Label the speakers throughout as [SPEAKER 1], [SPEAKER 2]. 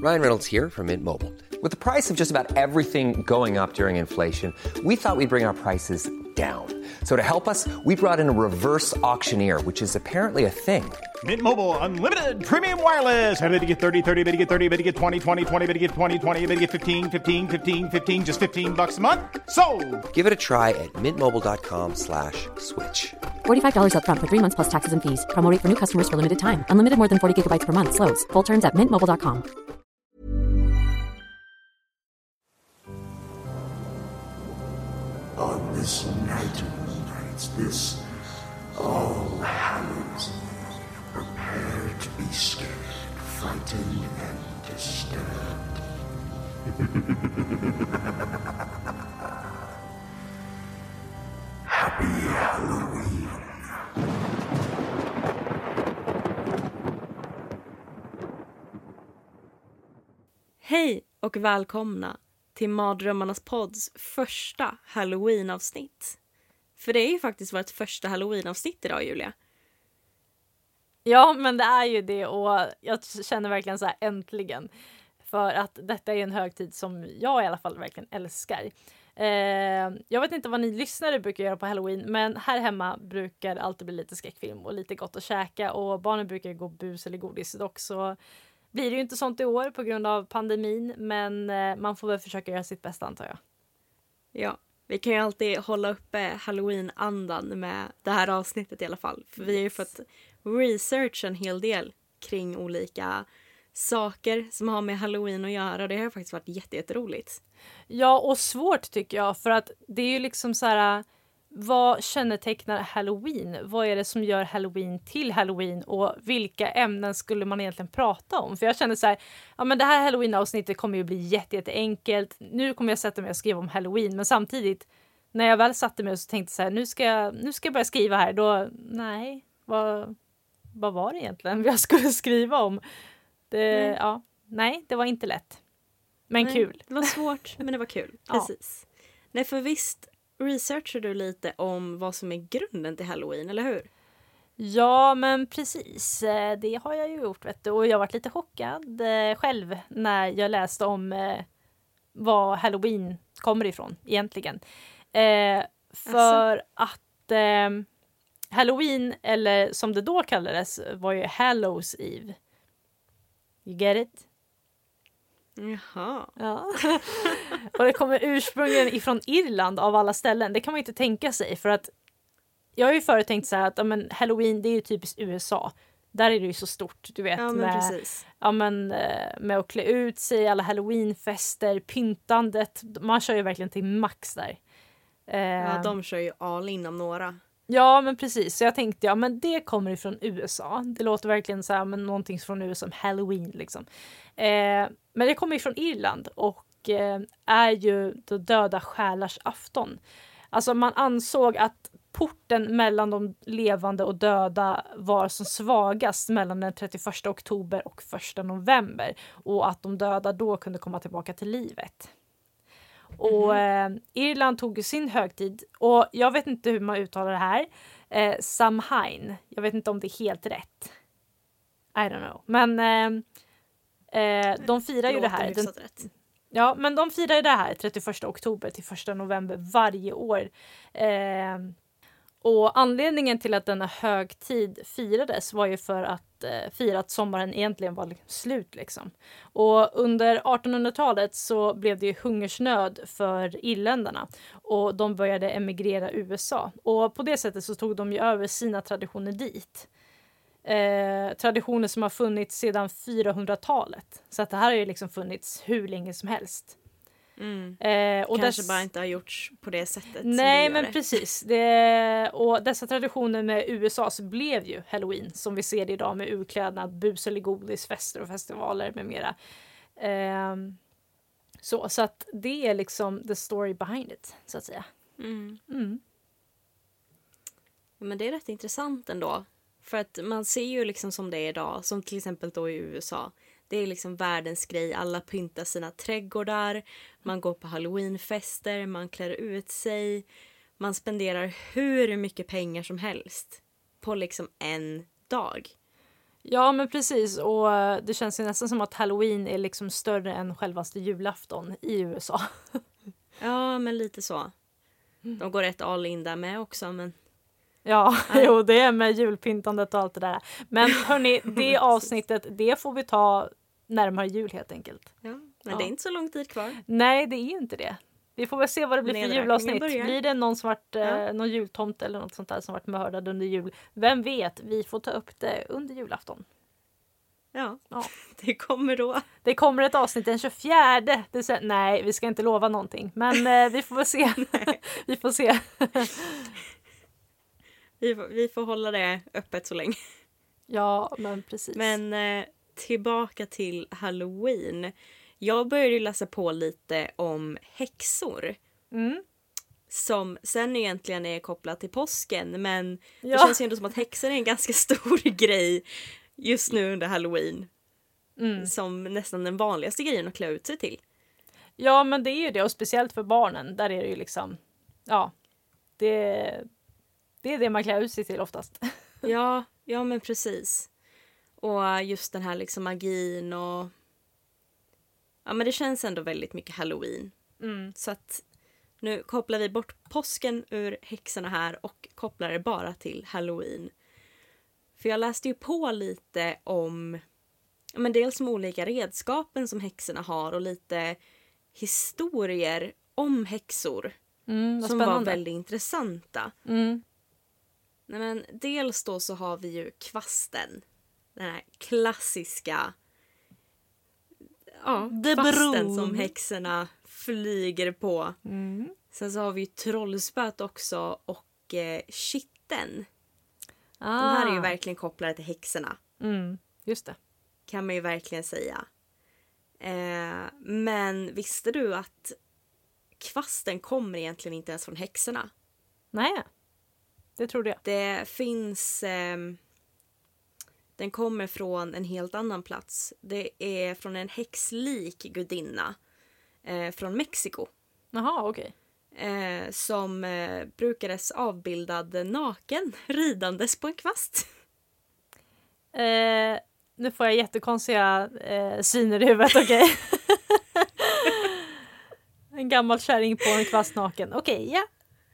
[SPEAKER 1] Ryan Reynolds here from Mint Mobile. With the price of just about everything going up during inflation, we thought we'd bring our prices down. So to help us, we brought in a reverse auctioneer, which is apparently a thing.
[SPEAKER 2] Mint Mobile Unlimited Premium Wireless. How to get 30, 30, bit to get 30, bit to get 20, 20, 20, bit to get 20, 20, bit to get 15, 15, 15, 15, just $15 a month? Sold!
[SPEAKER 1] Give it a try at mintmobile.com/switch.
[SPEAKER 3] $45 up front for 3 months plus taxes and fees. Promo rate for new customers for limited time. Unlimited more than 40 gigabytes per month. Slows full terms at mintmobile.com.
[SPEAKER 4] On this night of nights, this All Hallows Eve, prepare to be scared, frightened, and disturbed. Happy Halloween.
[SPEAKER 5] Hej och välkomna till Mardrömmarnas podds första Halloween-avsnitt. För det är ju faktiskt vårt första Halloween-avsnitt idag, Julia.
[SPEAKER 6] Ja, men det är ju det och jag känner verkligen så här äntligen. För att detta är en högtid som jag i alla fall verkligen älskar. Jag vet inte vad ni lyssnare brukar göra på Halloween, men här hemma brukar det alltid bli lite skräckfilm och lite gott att käka. Och barnen brukar gå bus eller godis dock, så blir det ju inte sånt i år på grund av pandemin. Men man får väl försöka göra sitt bästa, antar jag.
[SPEAKER 5] Ja, vi kan ju alltid hålla uppe Halloween-andan med det här avsnittet i alla fall. För vi har ju fått research en hel del kring olika saker som har med Halloween att göra. Och det har faktiskt varit jätteroligt.
[SPEAKER 6] Ja, och svårt tycker jag. För att det är ju liksom så här, vad kännetecknar Halloween? Vad är det som gör Halloween till Halloween? Och vilka ämnen skulle man egentligen prata om? För jag känner så här, ja men det här Halloween-avsnittet kommer ju bli jätteenkelt. Nu kommer jag sätta mig och skriva om Halloween. Men samtidigt, när jag väl satte mig och så tänkte så här, nu ska jag börja skriva här. Då, nej, vad var det egentligen jag skulle skriva om? Nej, det var inte lätt. Men
[SPEAKER 5] nej,
[SPEAKER 6] kul.
[SPEAKER 5] Det var svårt, men det var kul. Precis. Ja. Nej, för visst researchar du lite om vad som är grunden till Halloween, eller hur?
[SPEAKER 6] Ja, men precis. Det har jag ju gjort, vet du. Och jag har varit lite chockad själv när jag läste om var Halloween kommer ifrån egentligen. För att Halloween, eller som det då kallades, var ju Hallows Eve. You get it?
[SPEAKER 5] Jaha.
[SPEAKER 6] Ja. Och det kommer ursprungligen ifrån Irland av alla ställen. Det kan man ju inte tänka sig, för att jag har ju förut tänkt så här att Halloween, det är ju typiskt USA. Där är det ju så stort, du vet.
[SPEAKER 5] Ja, men precis.
[SPEAKER 6] Med att klä ut sig, alla Halloweenfester, pyntandet. Man kör ju verkligen till max där.
[SPEAKER 5] Ja, de kör ju all in om några.
[SPEAKER 6] Ja, men precis. Så jag tänkte, men det kommer ifrån USA. Det låter verkligen så här, men någonting från USA som Halloween liksom. Men det kommer ifrån Irland och är ju då döda själars afton. Alltså man ansåg att porten mellan de levande och döda var som svagast mellan den 31 oktober och 1 november. Och att de döda då kunde komma tillbaka till livet. Och Irland tog sin högtid, och jag vet inte hur man uttalar det här. Samhain. Jag vet inte om det är helt rätt. I don't know. Men de firar ju det här. Ja, men de firar ju det här 31 oktober till 1 november varje år. Och anledningen till att denna högtid firades var ju för att fira att sommaren egentligen var slut liksom. Och under 1800-talet så blev det ju hungersnöd för irländarna, och de började emigrera USA. Och på det sättet så tog de ju över sina traditioner dit. Traditioner som har funnits sedan 400-talet. Så att det här har ju liksom funnits hur länge som helst.
[SPEAKER 5] Och kanske bara inte har gjorts på det sättet.
[SPEAKER 6] Nej, men precis. Och dessa traditioner med USA så blev ju Halloween som vi ser idag, med urklädnad, bus eller godis, fester och festivaler med mera. Så att det är liksom the story behind it, så att säga.
[SPEAKER 5] Ja, men det är rätt intressant ändå. För att man ser ju liksom som det är idag, som till exempel då i USA. Det är liksom världens grej. Alla pyntar sina trädgårdar. Man går på Halloweenfester. Man klär ut sig. Man spenderar hur mycket pengar som helst på liksom en dag.
[SPEAKER 6] Ja, men precis. Och det känns ju nästan som att Halloween är liksom större än självaste julafton i USA.
[SPEAKER 5] Ja, men lite så. De går rätt all in där med också, men...
[SPEAKER 6] Ja, jo, det är med julpyntandet och allt det där. Men hörni, det avsnittet, det får vi ta närmare jul helt enkelt.
[SPEAKER 5] Ja, men det är inte så lång tid kvar.
[SPEAKER 6] Nej, det är ju inte det. Vi får väl se vad det blir för julavsnitt. Blir det någon som varit, någon jultomte eller något sånt där som varit mördad under jul? Vem vet, vi får ta upp det under julafton.
[SPEAKER 5] Ja, det kommer då.
[SPEAKER 6] Det kommer ett avsnitt den 24. Nej, vi ska inte lova någonting. Men vi får väl se. Vi får se.
[SPEAKER 5] Vi får hålla det öppet så länge.
[SPEAKER 6] Ja, men precis.
[SPEAKER 5] Men tillbaka till Halloween. Jag började läsa på lite om häxor. Som sen egentligen är kopplat till påsken. Men det känns ju ändå som att häxor är en ganska stor grej just nu under Halloween. Som nästan den vanligaste grejen att klä ut sig till.
[SPEAKER 6] Ja, men det är ju det. Och speciellt för barnen. Där är det ju liksom... Ja, det är det man klär ut sig till oftast.
[SPEAKER 5] Ja, men precis. Och just den här liksom magin och... Ja, men det känns ändå väldigt mycket Halloween. Så att nu kopplar vi bort påsken ur häxorna här och kopplar det bara till Halloween. För jag läste ju på lite om... Ja, men dels om olika redskapen som häxorna har och lite historier om häxor. Som var väldigt intressanta. Nej, men dels då så har vi ju kvasten. Den här klassiska kvasten som häxorna flyger på. Sen så har vi ju trollspöt också och kitteln. De här är ju verkligen kopplade till häxorna.
[SPEAKER 6] Just det.
[SPEAKER 5] Kan man ju verkligen säga. Men visste du att kvasten kommer egentligen inte ens från häxorna?
[SPEAKER 6] Nej, det trodde jag.
[SPEAKER 5] Det finns... den kommer från en helt annan plats. Det är från en häxlik gudinna från Mexiko.
[SPEAKER 6] Jaha, okej.
[SPEAKER 5] Som brukades avbildad naken ridandes på en kvast.
[SPEAKER 6] Nu får jag jättekonstiga syner i huvudet, okej? En gammal kärring på en kvast naken. Okej, ja.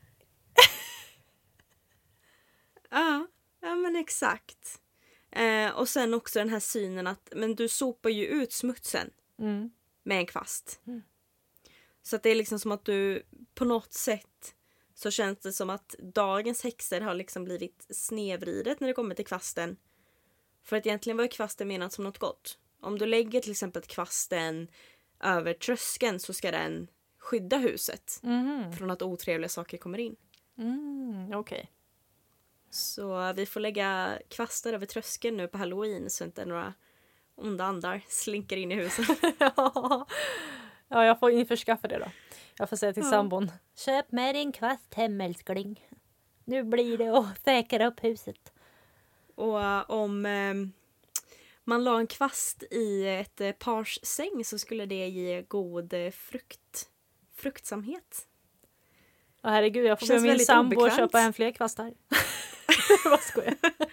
[SPEAKER 5] Ja, men exakt. Och sen också den här synen att men du sopar ju ut smutsen med en kvast. Så att det är liksom som att du på något sätt så känns det som att dagens häxor har liksom blivit snedvridet när det kommer till kvasten. För att egentligen var ju kvasten menad som något gott. Om du lägger till exempel kvasten över tröskeln så ska den skydda huset från att otrevliga saker kommer in.
[SPEAKER 6] Okej.
[SPEAKER 5] Så vi får lägga kvastar över tröskeln nu på Halloween så inte några onda andar slinker in i huset.
[SPEAKER 6] Ja, jag får införskaffa det då. Jag får säga till sambon. Köp med din kvast hem, älskling. Nu blir det att säkra upp huset.
[SPEAKER 5] Och om man la en kvast i ett pars säng så skulle det ge god fruktsamhet.
[SPEAKER 6] Herregud, jag får be min sambo att köpa en fler kvastar. Vad skojar.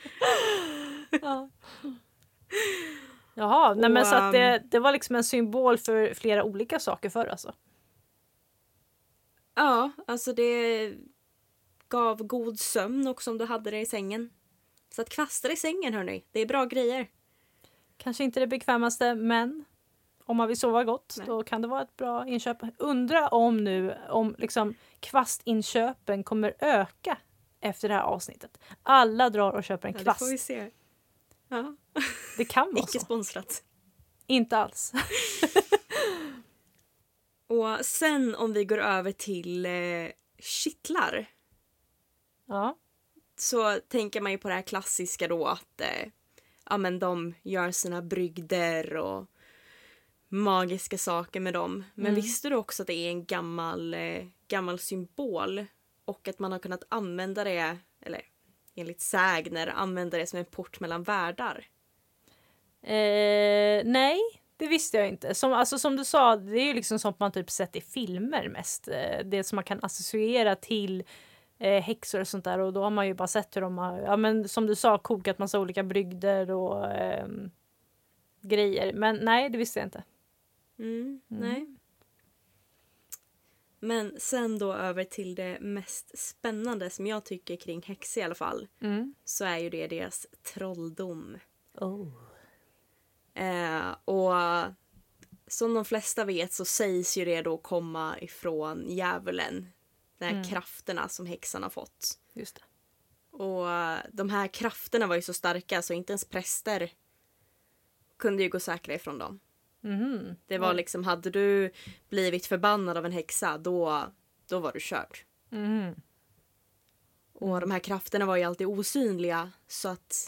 [SPEAKER 6] Jaha, nej, men så att det var liksom en symbol för flera olika saker för alltså.
[SPEAKER 5] Ja, alltså det gav god sömn också om du hade det i sängen. Så att kvastar i sängen, hörni, det är bra grejer.
[SPEAKER 6] Kanske inte det bekvämaste, men om man vill sova gott, då kan det vara ett bra inköp. Undra om liksom kvastinköpen kommer öka efter det här avsnittet. Alla drar och köper en kvast.
[SPEAKER 5] Det får vi se. Ja.
[SPEAKER 6] Det kan vara
[SPEAKER 5] Icke sponsrat.
[SPEAKER 6] Inte alls.
[SPEAKER 5] Och sen om vi går över till kittlar.
[SPEAKER 6] Ja.
[SPEAKER 5] Så tänker man ju på det här klassiska då att men de gör sina brygder och magiska saker med dem. Men visste du också att det är en gammal symbol och att man har kunnat använda det, eller enligt sägner använda det som en port mellan världar?
[SPEAKER 6] Nej, det visste jag inte. Som du sa, det är ju liksom sånt man typ sett i filmer mest. Det som man kan associera till häxor och sånt där. Och då har man ju bara sett hur de har, ja men som du sa, kokat massa olika brygder och grejer. Men nej, det visste jag inte.
[SPEAKER 5] Nej. Men sen då över till det mest spännande som jag tycker kring häxor i alla fall. Så är ju det deras trolldom. Och som de flesta vet så sägs ju det då komma ifrån djävulen. De här krafterna som häxan har fått.
[SPEAKER 6] Just det.
[SPEAKER 5] Och de här krafterna var ju så starka så inte ens präster kunde ju gå säkra ifrån dem. Det var liksom, hade du blivit förbannad av en häxa, då var du körd. Och de här krafterna var ju alltid osynliga så att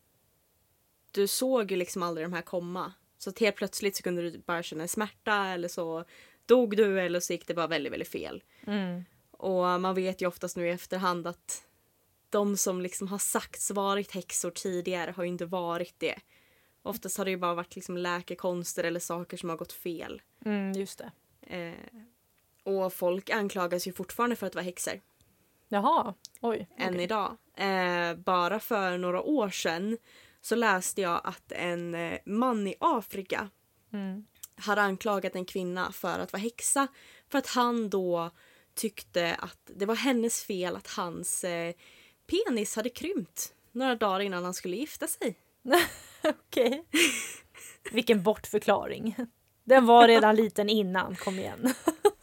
[SPEAKER 5] du såg ju liksom aldrig de här komma. Så att helt plötsligt så kunde du bara känna en smärta eller så dog du eller så gick det bara väldigt, väldigt fel. Och man vet ju oftast nu i efterhand att de som liksom har sagts varit häxor tidigare har ju inte varit det. Oftast har det ju bara varit liksom läkekonster eller saker som har gått fel.
[SPEAKER 6] Just det.
[SPEAKER 5] Och folk anklagas ju fortfarande för att vara häxor.
[SPEAKER 6] Jaha, oj.
[SPEAKER 5] Än idag. Bara för några år sedan så läste jag att en man i Afrika hade anklagat en kvinna för att vara häxa. För att han då tyckte att det var hennes fel att hans penis hade krympt några dagar innan han skulle gifta sig.
[SPEAKER 6] Okej. Vilken bortförklaring. Den var redan liten innan, kom igen.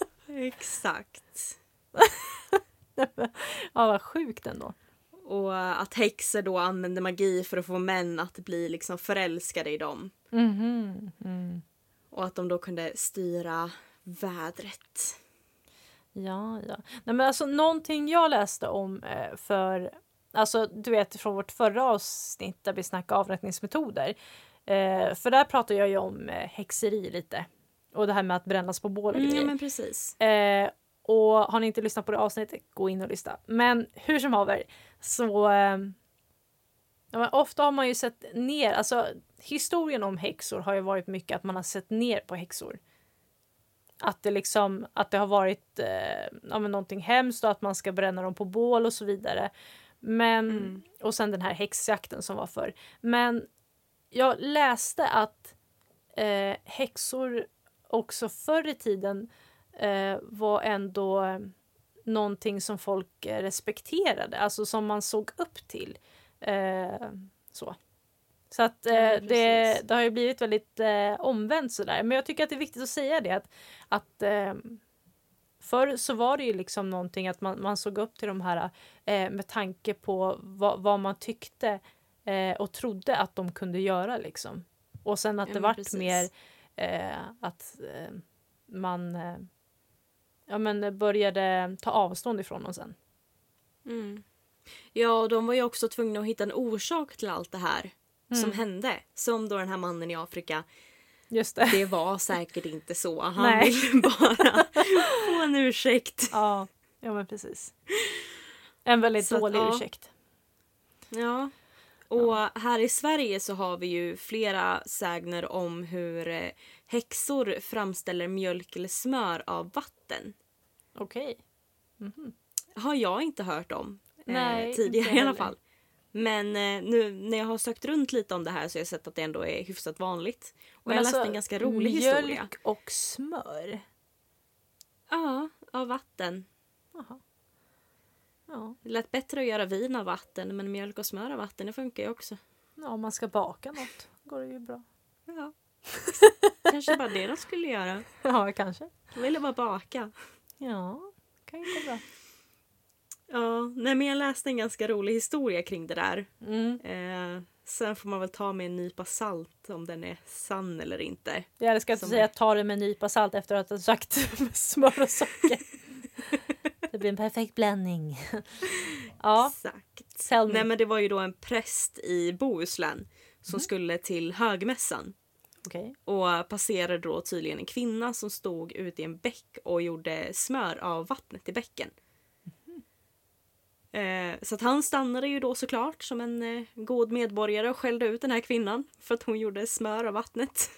[SPEAKER 5] Exakt.
[SPEAKER 6] Ja, vad sjukt ändå.
[SPEAKER 5] Och att häxor då använde magi för att få män att bli liksom förälskade i dem. Och att de då kunde styra vädret.
[SPEAKER 6] Ja. Nej, men alltså någonting jag läste om för... Alltså du vet från vårt förra avsnitt där vi snackade avrättningsmetoder. För där pratar jag ju om häxeri lite. Och det här med att brännas på bål och grejer.
[SPEAKER 5] Ja men precis.
[SPEAKER 6] Och har ni inte lyssnat på det avsnittet, gå in och lyssna. Men hur som haver, så ofta har man ju sett ner, alltså historien om häxor har ju varit mycket att man har sett ner på häxor. Att det liksom, att det har varit någonting hemskt och att man ska bränna dem på bål och så vidare. Men, och sen den här häxjakten som var förr. Men jag läste att häxor också förr i tiden var ändå någonting som folk respekterade. Alltså som man såg upp till. Så att det har ju blivit väldigt omvänt sådär. Men jag tycker att det är viktigt att säga det. Att förr så var det ju liksom någonting att man såg upp till de här med tanke på vad man tyckte och trodde att de kunde göra liksom. Och sen att det vart mer att man började ta avstånd ifrån dem sen.
[SPEAKER 5] Ja, och de var ju också tvungna att hitta en orsak till allt det här som hände. Som då den här mannen i Afrika.
[SPEAKER 6] Just det.
[SPEAKER 5] Det var säkert inte så. Han ville bara få en ursäkt.
[SPEAKER 6] Ja, men precis. En väldigt så dålig ursäkt.
[SPEAKER 5] Ja. Och här i Sverige så har vi ju flera sägner om hur häxor framställer mjölk eller smör av vatten.
[SPEAKER 6] Okej.
[SPEAKER 5] Har jag inte hört om.
[SPEAKER 6] Nej,
[SPEAKER 5] tidigare i alla fall. Men nu när jag har sökt runt lite om det här så har jag sett att det ändå är hyfsat vanligt. Och jag läste en ganska rolig historia.
[SPEAKER 6] Mjölk och smör?
[SPEAKER 5] Ja, av vatten.
[SPEAKER 6] Jaha. Ja.
[SPEAKER 5] Det lät bättre att göra vin av vatten, men mjölk och smör av vatten, det funkar ju också.
[SPEAKER 6] Ja, om man ska baka något går det ju bra.
[SPEAKER 5] Ja. Kanske bara det de skulle göra.
[SPEAKER 6] Ja, kanske.
[SPEAKER 5] De ville bara baka.
[SPEAKER 6] Ja, kan ju gå bra.
[SPEAKER 5] Ja, nej, men jag läste en ganska rolig historia kring det där. Sen får man väl ta med en nypa salt om den är sann eller inte.
[SPEAKER 6] Jag ska inte säga att ta det med en nypa salt efter att ha sagt smör och socker. Det blir en perfekt blandning. Ja.
[SPEAKER 5] Exakt. Nej, men det var ju då en präst i Bohuslän som skulle till högmässan.
[SPEAKER 6] Okay.
[SPEAKER 5] Och passerade då tydligen en kvinna som stod ute i en bäck och gjorde smör av vattnet i bäcken. Så att han stannade ju då såklart som en god medborgare och skällde ut den här kvinnan för att hon gjorde smör av vattnet.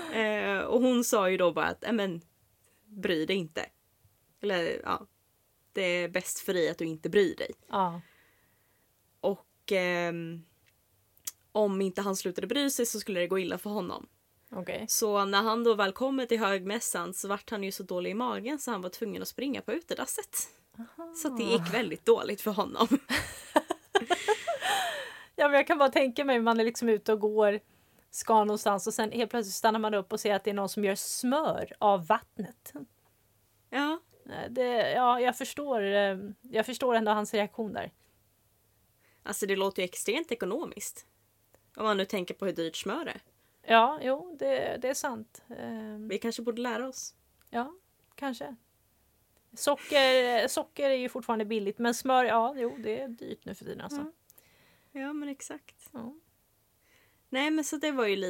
[SPEAKER 5] Och hon sa ju då bara att men bry dig inte. Eller ja, det är bäst för dig att du inte bryr dig.
[SPEAKER 6] Ja.
[SPEAKER 5] Och om inte han slutade bry sig så skulle det gå illa för honom.
[SPEAKER 6] Okej.
[SPEAKER 5] Så när han då väl kommer till högmässan så vart han ju så dålig i magen så han var tvungen att springa på utedasset. Så att det gick väldigt dåligt för honom.
[SPEAKER 6] Ja, men jag kan bara tänka mig, man är liksom ute och går, ska någonstans och sen helt plötsligt stannar man upp och ser att det är någon som gör smör av vattnet.
[SPEAKER 5] Ja.
[SPEAKER 6] Jag förstår ändå hans reaktion där.
[SPEAKER 5] Alltså det låter ju extremt ekonomiskt. Om man nu tänker på hur dyrt smör är.
[SPEAKER 6] Ja, jo, det är sant.
[SPEAKER 5] Vi kanske borde lära oss.
[SPEAKER 6] Ja, kanske. Socker är ju fortfarande billigt, men smör, ja, jo, det är dyrt nu för tiden alltså.
[SPEAKER 5] Mm. Ja, men exakt.
[SPEAKER 6] Ja.
[SPEAKER 5] Nej, men så det var ju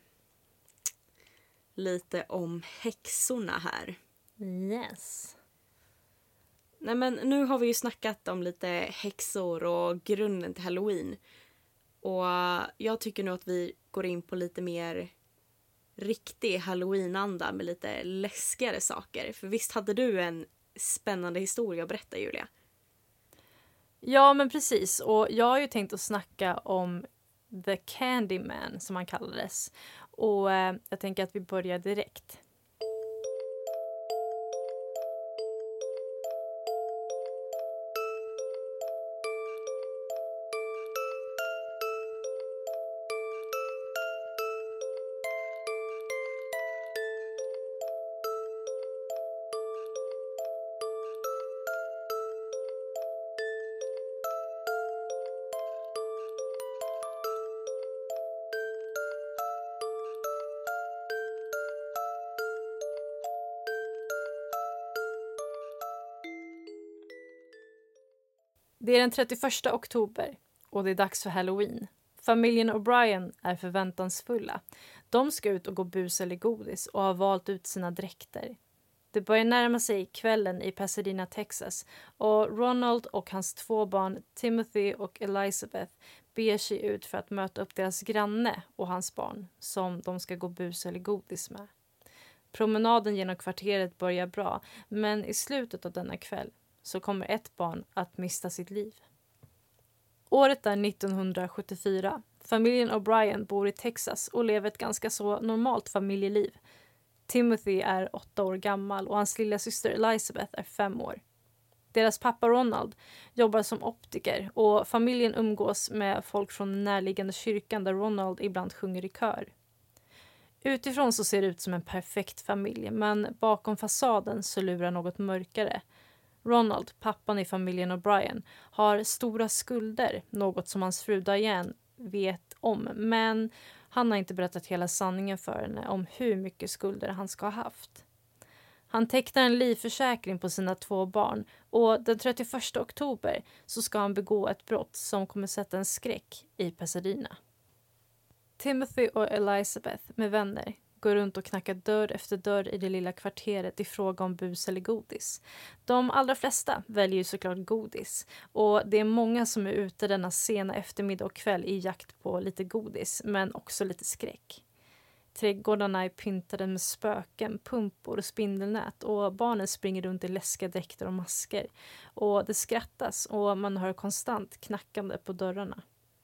[SPEAKER 5] lite om häxorna här.
[SPEAKER 6] Yes.
[SPEAKER 5] Nej, men nu har vi ju snackat om lite häxor och grunden till Halloween. Och jag tycker nu att vi går in på lite mer riktig Halloween-anda med lite läskigare saker. För visst hade du en spännande historia att berätta, Julia?
[SPEAKER 6] Ja, men precis. Och jag har ju tänkt att snacka om The Candyman, som han kallades. Och jag tänker att vi börjar direkt. Det är den 31 oktober och det är dags för Halloween. Familjen O'Brien är förväntansfulla. De ska ut och gå bus eller godis och har valt ut sina dräkter. Det börjar närma sig kvällen i Pasadena, Texas och Ronald och hans 2 barn Timothy och Elizabeth beger sig ut för att möta upp deras granne och hans barn som de ska gå bus eller godis med. Promenaden genom kvarteret börjar bra, men i slutet av denna kväll så kommer ett barn att mista sitt liv. Året är 1974. Familjen O'Brien bor i Texas och lever ett ganska så normalt familjeliv. Timothy är 8 år gammal och hans lilla syster Elizabeth är 5 år. Deras pappa Ronald jobbar som optiker och familjen umgås med folk från den närliggande kyrkan där Ronald ibland sjunger i kör. Utifrån så ser det ut som en perfekt familj, men bakom fasaden så lurar något mörkare. Ronald, pappan i familjen O'Brien, har stora skulder, något som hans fru Diane vet om. Men han har inte berättat hela sanningen för henne om hur mycket skulder han ska ha haft. Han tecknar en livförsäkring på sina 2 barn och den 31 oktober så ska han begå ett brott som kommer sätta en skräck i Pasadena. Timothy och Elizabeth med vänner går runt och knackar dörr efter dörr i det lilla kvarteret i fråga om bus eller godis. De allra flesta väljer ju såklart godis och det är många som är ute denna sena eftermiddag och kväll i jakt på lite godis men också lite skräck. Trädgårdarna är pyntade med spöken, pumpor och spindelnät och barnen springer runt i läskiga dräkter och masker. Och det skrattas och man hör konstant knackande på dörrarna.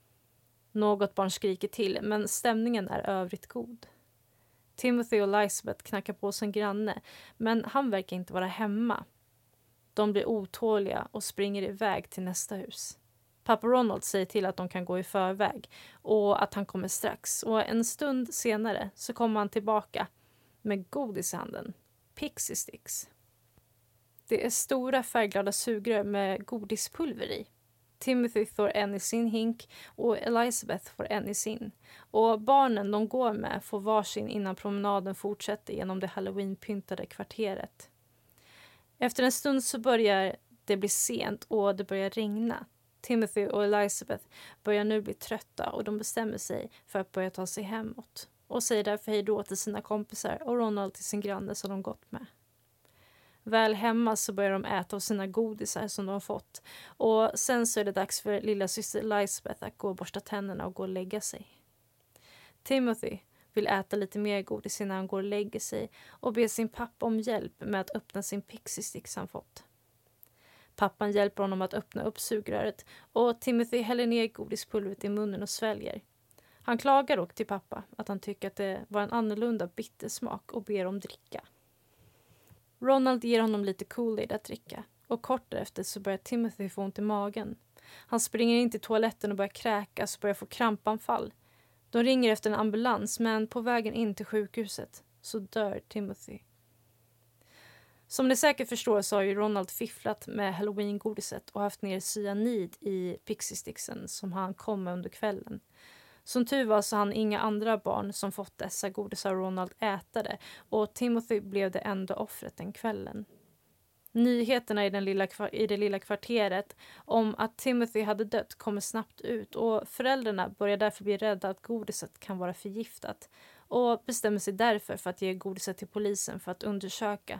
[SPEAKER 6] Något barn skriker till men stämningen är övrigt god. Timothy och Elizabeth knackar på sin granne men han verkar inte vara hemma. De blir otåliga och springer iväg till nästa hus. Pappa Ronald säger till att de kan gå i förväg och att han kommer strax. Och en stund senare så kommer han tillbaka med godis i handen. Pixie Sticks. Det är stora färgglada sugrör med godispulver i. Timothy får en i sin hink och Elizabeth får en i sin. Och barnen de går med får varsin innan promenaden fortsätter genom det halloween-pyntade kvarteret. Efter en stund så börjar det bli sent och det börjar regna. Timothy och Elizabeth börjar nu bli trötta och de bestämmer sig för att börja ta sig hemåt. Och säger därför hej då till sina kompisar och Ronald till sin granne som de gått med. Väl hemma så börjar de äta av sina godisar som de har fått. Och sen så är det dags för lilla syster Elizabeth att gå och borsta tänderna och gå och lägga sig. Timothy vill äta lite mer godis innan han går och lägger sig och ber sin pappa om hjälp med att öppna sin Pixie Sticks han fått. Pappan hjälper honom att öppna upp sugröret och Timothy häller ner godispulvret i munnen och sväljer. Han klagar dock till pappa att han tycker att det var en annorlunda bittersmak och ber om dricka. Ronald ger honom lite Kool-Aid att dricka och kort därefter så börjar Timothy få ont i magen. Han springer in till toaletten och börjar kräkas och börjar få krampanfall. De ringer efter en ambulans men på vägen in till sjukhuset så dör Timothy. Som ni säkert förstår så har ju Ronald fifflat med Halloween-godiset och haft ner cyanid i Pixie Sticksen som han kom med under kvällen. Som tur var så han inga andra barn som fått dessa godisar av Ronald äta det och Timothy blev det enda offret den kvällen. Nyheterna i det lilla kvarteret om att Timothy hade dött kommer snabbt ut och föräldrarna börjar därför bli rädda att godiset kan vara förgiftat och bestämmer sig därför för att ge godiset till polisen för att undersöka.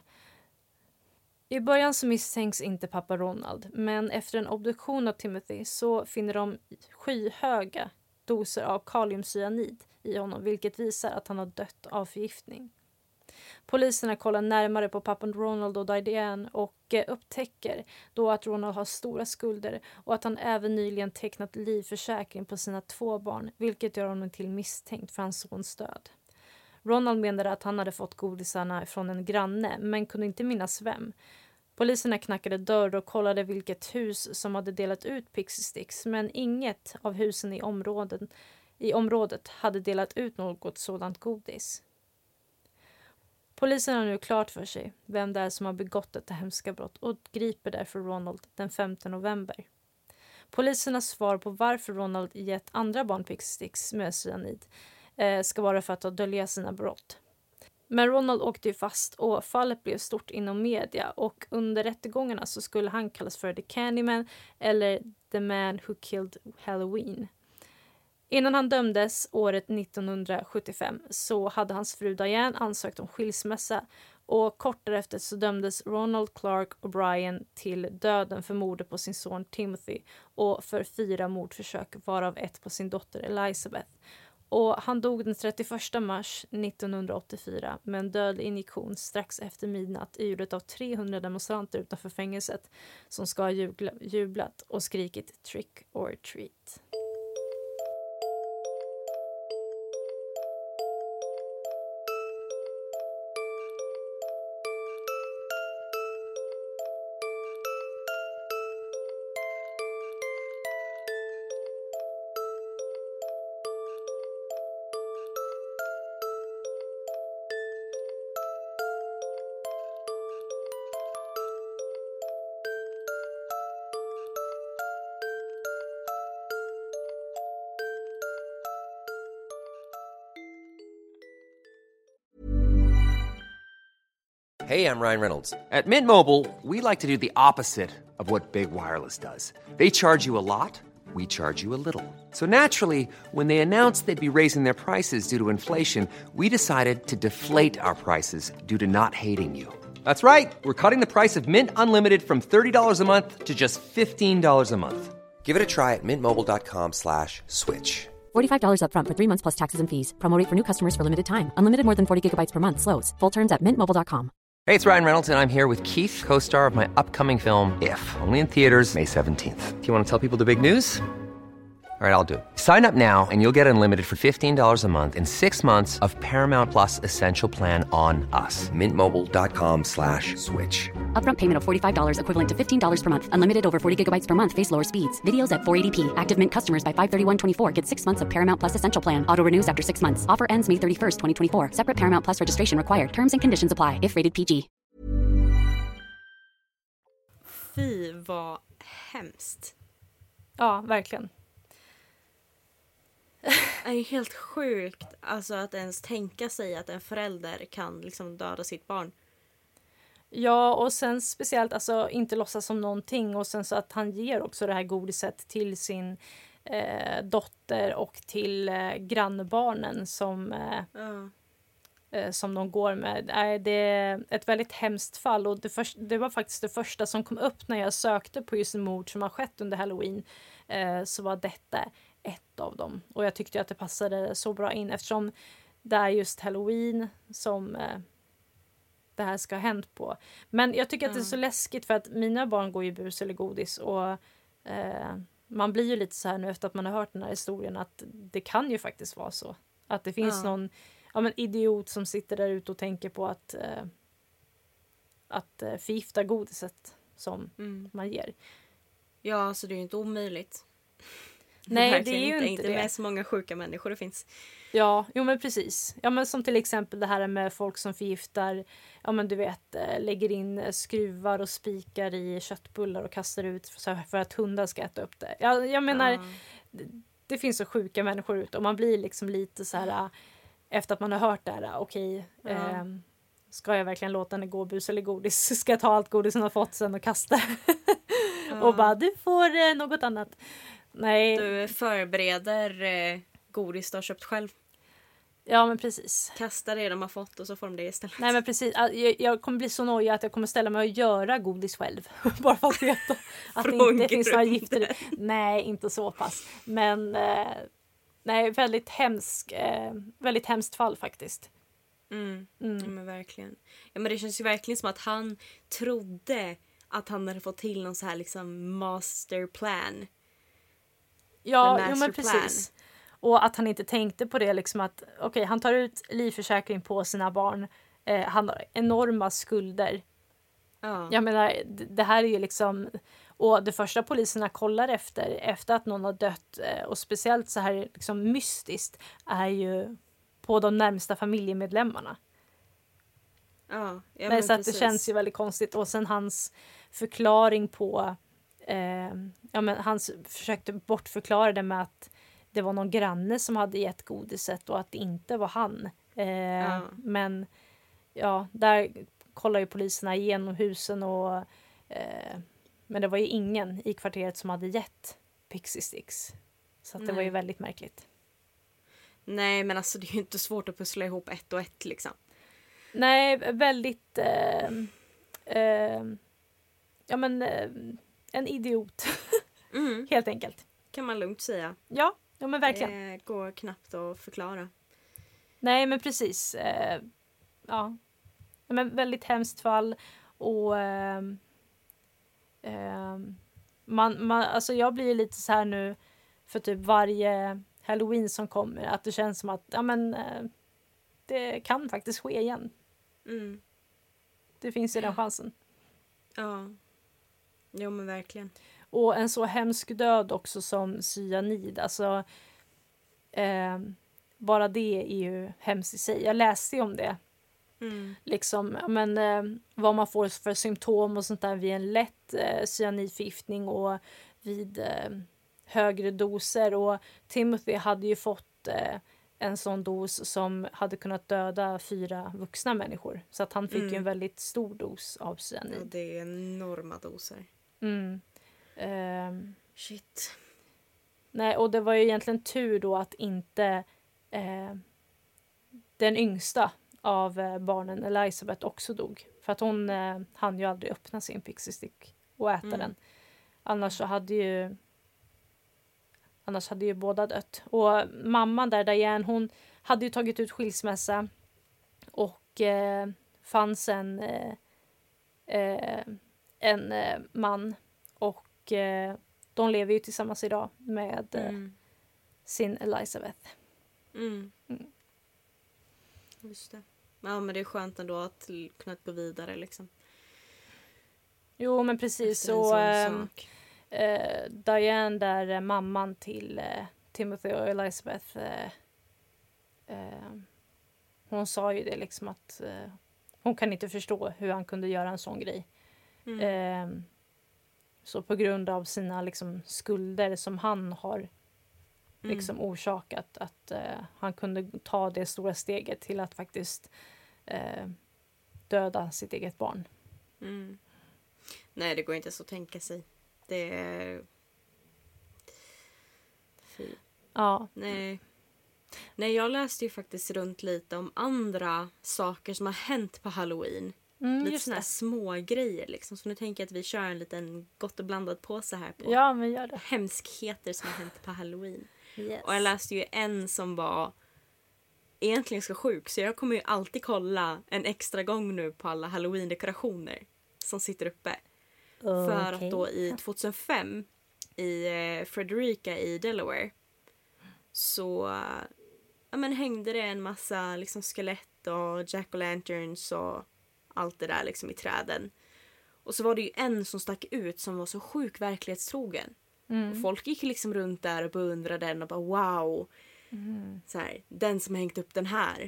[SPEAKER 6] I början så misstänks inte pappa Ronald, men efter en obduktion av Timothy så finner de skyhöga doser av kaliumcyanid i honom, vilket visar att han har dött av förgiftning. Poliserna kollar närmare på pappan Ronald och Diane och upptäcker då att Ronald har stora skulder och att han även nyligen tecknat livförsäkring på sina 2 barn, vilket gör honom till misstänkt för hans sons död. Ronald menade att han hade fått godisarna från en granne, men kunde inte minnas vem. Poliserna knackade dörr och kollade vilket hus som hade delat ut Pixie Sticks, men inget av husen i området hade delat ut något sådant godis. Polisen har nu klart för sig vem det är som har begått detta hemska brott och griper därför Ronald den 5 november. Polisernas svar på varför Ronald gett andra barn Pixie Sticks med cyanid ska vara för att dölja sina brott. Men Ronald åkte ju fast och fallet blev stort inom media och under rättegångarna så skulle han kallas för The Candyman eller The Man Who Killed Halloween. Innan han dömdes året 1975 så hade hans fru Diane ansökt om skilsmässa och kort därefter så dömdes Ronald Clark O'Brien till döden för mordet på sin son Timothy och för 4 mordförsök varav ett på sin dotter Elizabeth. Och han dog den 31 mars 1984 med en dödlig injektion strax efter midnatt i ljudet av 300 demonstranter utanför fängelset som ska ha jublat och skrikit trick or treat.
[SPEAKER 1] Hey, I'm Ryan Reynolds. At Mint Mobile, we like to do the opposite of what Big Wireless does. They charge you a lot, we charge you a little. So naturally, when they announced they'd be raising their prices due to inflation, we decided to deflate our prices due to not hating you. That's right. We're cutting the price of Mint Unlimited from $30 a month to just $15 a month. Give it a try at mintmobile.com/switch.
[SPEAKER 3] $45 up front for 3 months plus taxes and fees. Promo rate for new customers for limited time. Unlimited more than 40 gigabytes per month. Slows full terms at mintmobile.com.
[SPEAKER 1] Hey, it's Ryan Reynolds, and I'm here with Keith, co-star of my upcoming film, If, only in theaters May 17th. Do you want to tell people the big news? All right, I'll do it. Sign up now and you'll get unlimited for $15 a month and 6 months of Paramount Plus Essential Plan on us. mintmobile.com/switch.
[SPEAKER 3] Upfront payment of $45 equivalent to $15 per month. Unlimited over 40 gigabytes per month. Face lower speeds. Videos at 480p. Active Mint customers by 531.24 get 6 months of Paramount Plus Essential Plan. Auto renews after 6 months. Offer ends May 31st, 2024. Separate Paramount Plus registration required. Terms and conditions apply if rated PG.
[SPEAKER 5] Fy, vad hemskt.
[SPEAKER 6] Ja, verkligen.
[SPEAKER 5] Det är helt sjukt alltså, att ens tänka sig att en förälder kan liksom döda sitt barn.
[SPEAKER 6] Ja, och sen speciellt alltså inte låtsas som någonting och sen så att han ger också det här godiset till sin dotter och till grannbarnen som de går med. Det är ett väldigt hemskt fall och det var faktiskt det första som kom upp när jag sökte på just mord som har skett under Halloween, så var detta ett av dem. Och jag tyckte att det passade så bra in eftersom det är just Halloween som det här ska ha hänt på. Men jag tycker att det är så läskigt för att mina barn går ju bus eller godis och man blir ju lite så här nu efter att man har hört den här historien att det kan ju faktiskt vara så. Att det finns någon idiot som sitter där ute och tänker på att förgifta godiset som man ger.
[SPEAKER 5] Ja, så det är ju inte omöjligt.
[SPEAKER 6] Nej, det är ju inte
[SPEAKER 5] det. Med så många sjuka människor det finns.
[SPEAKER 6] Ja, jo men precis. Ja men som till exempel det här med folk som förgiftar, ja men du vet, lägger in skruvar och spikar i köttbullar och kastar ut för att hundar ska äta upp det. Jag menar, det finns så sjuka människor ute och man blir liksom lite så här efter att man har hört det här, okej, ska jag verkligen låta henne gå bus eller godis? Ska jag ta allt godis hon har fått sen och kasta? Och bara, du får något annat. Nej.
[SPEAKER 5] Du förbereder godis du har köpt själv.
[SPEAKER 6] Ja, men precis.
[SPEAKER 5] Kasta det de har fått och så får de det istället.
[SPEAKER 6] Nej, men precis. Jag kommer bli så nojig att jag kommer ställa mig och göra godis själv. Bara för att veta att det inte finns några gifter. Nej, inte så pass. Men nej, väldigt hemskt fall faktiskt.
[SPEAKER 5] Ja, men verkligen. Ja, men det känns ju verkligen som att han trodde att han hade fått till någon så här liksom masterplan.
[SPEAKER 6] Ja, jo, men precis. Och att han inte tänkte på det liksom att okej, han tar ut livförsäkring på sina barn. Han har enorma skulder.
[SPEAKER 5] Ja.
[SPEAKER 6] Jag menar, det här är ju liksom... Och det första poliserna kollar efter att någon har dött och speciellt så här liksom mystiskt är ju på de närmsta familjemedlemmarna.
[SPEAKER 5] Ja,
[SPEAKER 6] men så att det känns ju väldigt konstigt. Och sen hans förklaring på... han försökte bortförklara det med att det var någon granne som hade gett godiset och att det inte var han. Men ja, där kollar ju poliserna igenom husen och men det var ju ingen i kvarteret som hade gett Pixie Sticks. Så att det var ju väldigt märkligt.
[SPEAKER 5] Nej, men alltså det är ju inte svårt att pussla ihop ett och ett liksom.
[SPEAKER 6] Nej, väldigt en idiot. Helt enkelt.
[SPEAKER 5] Kan man lugnt säga.
[SPEAKER 6] Ja, men verkligen.
[SPEAKER 5] Det går knappt att förklara. Nej,
[SPEAKER 6] men precis. Ja. Men väldigt hemskt fall. Och alltså jag blir lite så här nu för typ varje Halloween som kommer. Att det känns som att det kan faktiskt ske igen. Det finns ju den chansen.
[SPEAKER 5] Ja. Jo, men verkligen.
[SPEAKER 6] Och en så hemsk död också som cyanid. Alltså, bara det är ju hemskt i sig. Jag läste ju om det. Liksom, vad man får för symptom och sånt där vid en lätt cyanidförgiftning och vid högre doser. Och Timothy hade ju fått en sån dos som hade kunnat döda 4 vuxna människor. Så att han fick ju en väldigt stor dos av cyanid.
[SPEAKER 5] Ja, det är enorma doser. Shit.
[SPEAKER 6] Nej, och det var ju egentligen tur då att inte den yngsta av barnen, Elizabeth, också dog. För att hon hann ju aldrig öppna sin Pixie Stick och äta den. Annars hade ju båda dött. Och mamman där, Diane, hon hade ju tagit ut skilsmässa och fanns en man och de lever ju tillsammans idag med sin Elizabeth.
[SPEAKER 5] Just det. Ja, men det är skönt ändå att kunna gå vidare liksom.
[SPEAKER 6] Jo, men precis. Och Diane där, mamman till Timothy och Elizabeth, hon sa ju det liksom att hon kan inte förstå hur han kunde göra en sån grej. Så på grund av sina liksom skulder som han har liksom orsakat, att han kunde ta det stora steget till att faktiskt döda sitt eget barn.
[SPEAKER 5] Nej, det går inte så att tänka sig. Det är... Fy.
[SPEAKER 6] Ja.
[SPEAKER 5] Nej, jag läste ju faktiskt runt lite om andra saker som har hänt på Halloween. Lite såna här små grejer liksom. Så nu tänker jag att vi kör en liten gott och blandat påse här på.
[SPEAKER 6] Ja, men gör det.
[SPEAKER 5] Hemskheter som har hänt på Halloween.
[SPEAKER 6] Yes.
[SPEAKER 5] Och jag läste ju en som var egentligen ganska sjuk, så jag kommer ju alltid kolla en extra gång nu på alla Halloween-dekorationer som sitter uppe. För att då i 2005 i Frederica i Delaware så hängde det en massa liksom skelett och jack-o'-lanterns och allt det där liksom i träden. Och så var det ju en som stack ut som var så sjuk verklighetstrogen. Och folk gick liksom runt där och beundrade den och bara wow. Så här, den som har hängt upp den här.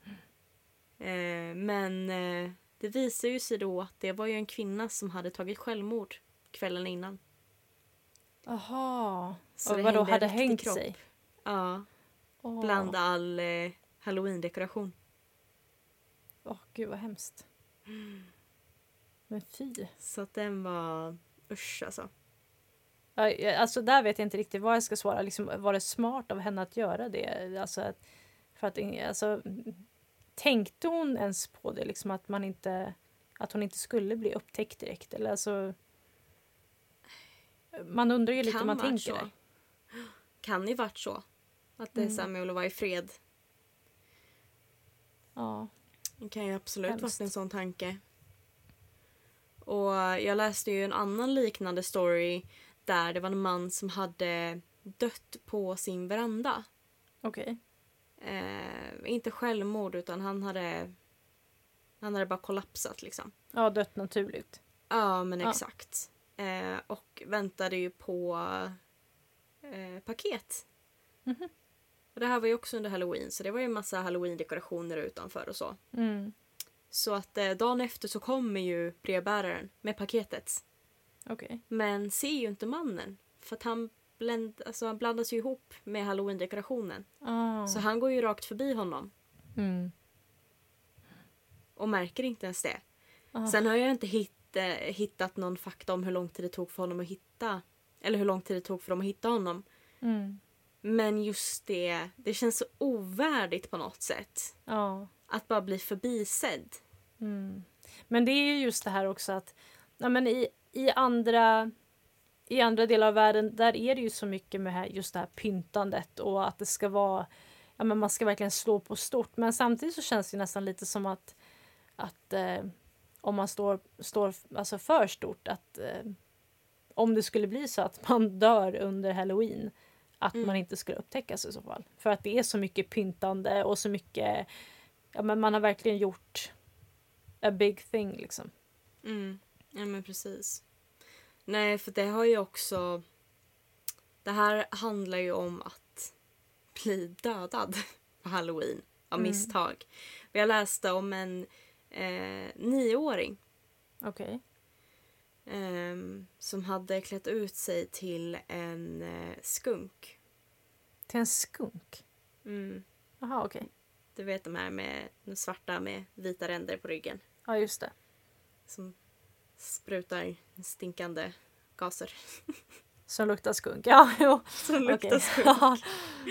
[SPEAKER 5] Men det visar ju sig då att det var ju en kvinna som hade tagit självmord kvällen innan.
[SPEAKER 6] Jaha.
[SPEAKER 5] Så
[SPEAKER 6] och
[SPEAKER 5] det
[SPEAKER 6] vadå,
[SPEAKER 5] hängde
[SPEAKER 6] hade
[SPEAKER 5] en riktig
[SPEAKER 6] hängt
[SPEAKER 5] kropp.
[SPEAKER 6] sig?
[SPEAKER 5] Ja, bland all Halloween-dekoration.
[SPEAKER 6] Gud vad hemskt. Men fy.
[SPEAKER 5] Så att den var usch alltså.
[SPEAKER 6] Alltså där vet jag inte riktigt vad jag ska svara. Liksom, var det smart av henne att göra det? Alltså, tänkte hon ens på det? Liksom, att hon inte skulle bli upptäckt direkt? Eller alltså, man undrar ju lite hur man tänker
[SPEAKER 5] så.
[SPEAKER 6] där.
[SPEAKER 5] Kan ju varit så. Att det är Samuel och vara i fred.
[SPEAKER 6] Ja.
[SPEAKER 5] Det kan ju absolut
[SPEAKER 6] Hemskt.
[SPEAKER 5] varit en sån tanke. Och jag läste ju en annan liknande story där det var en man som hade dött på sin veranda.
[SPEAKER 6] Okej.
[SPEAKER 5] Inte självmord utan han hade bara kollapsat liksom.
[SPEAKER 6] Ja, dött naturligt.
[SPEAKER 5] Ja, men exakt. Och väntade ju på paket. Och det här var ju också under Halloween, så det var ju en massa Halloween-dekorationer utanför och så. Så att dagen efter så kommer ju brevbäraren med paketet.
[SPEAKER 6] Okej.
[SPEAKER 5] Men ser ju inte mannen. För att han blandas ju ihop med Halloween-dekorationen. Så han går ju rakt förbi honom. Och märker inte ens det. Sen har jag inte hittat någon fakta om hur lång tid det tog för honom att hitta. Eller hur lång tid det tog för dem att hitta honom. Men just det känns så ovärdigt på något sätt.
[SPEAKER 6] Ja.
[SPEAKER 5] Att bara bli förbisedd.
[SPEAKER 6] Men det är ju just det här också att i andra delar av världen, där är det ju så mycket med just det här pyntandet och att det ska vara, man ska verkligen slå på stort. Men samtidigt så känns det nästan lite som att om man står alltså för stort, att om det skulle bli så att man dör under Halloween, att man inte skulle upptäckas i så fall. För att det är så mycket pyntande och så mycket, men man har verkligen gjort a big thing liksom.
[SPEAKER 5] Ja, men precis. Nej, för det har ju också... Det här handlar ju om att bli dödad på Halloween av misstag. Och jag läste om en 9-åring.
[SPEAKER 6] Okej.
[SPEAKER 5] Som hade klätt ut sig till en skunk.
[SPEAKER 6] Till en skunk? Jaha, okej.
[SPEAKER 5] Du vet de här med de svarta med vita ränder på ryggen.
[SPEAKER 6] Ja, just det.
[SPEAKER 5] Som sprutar stinkande gaser.
[SPEAKER 6] Som luktar skunk. Ja, jo.
[SPEAKER 5] Som luktar skunk.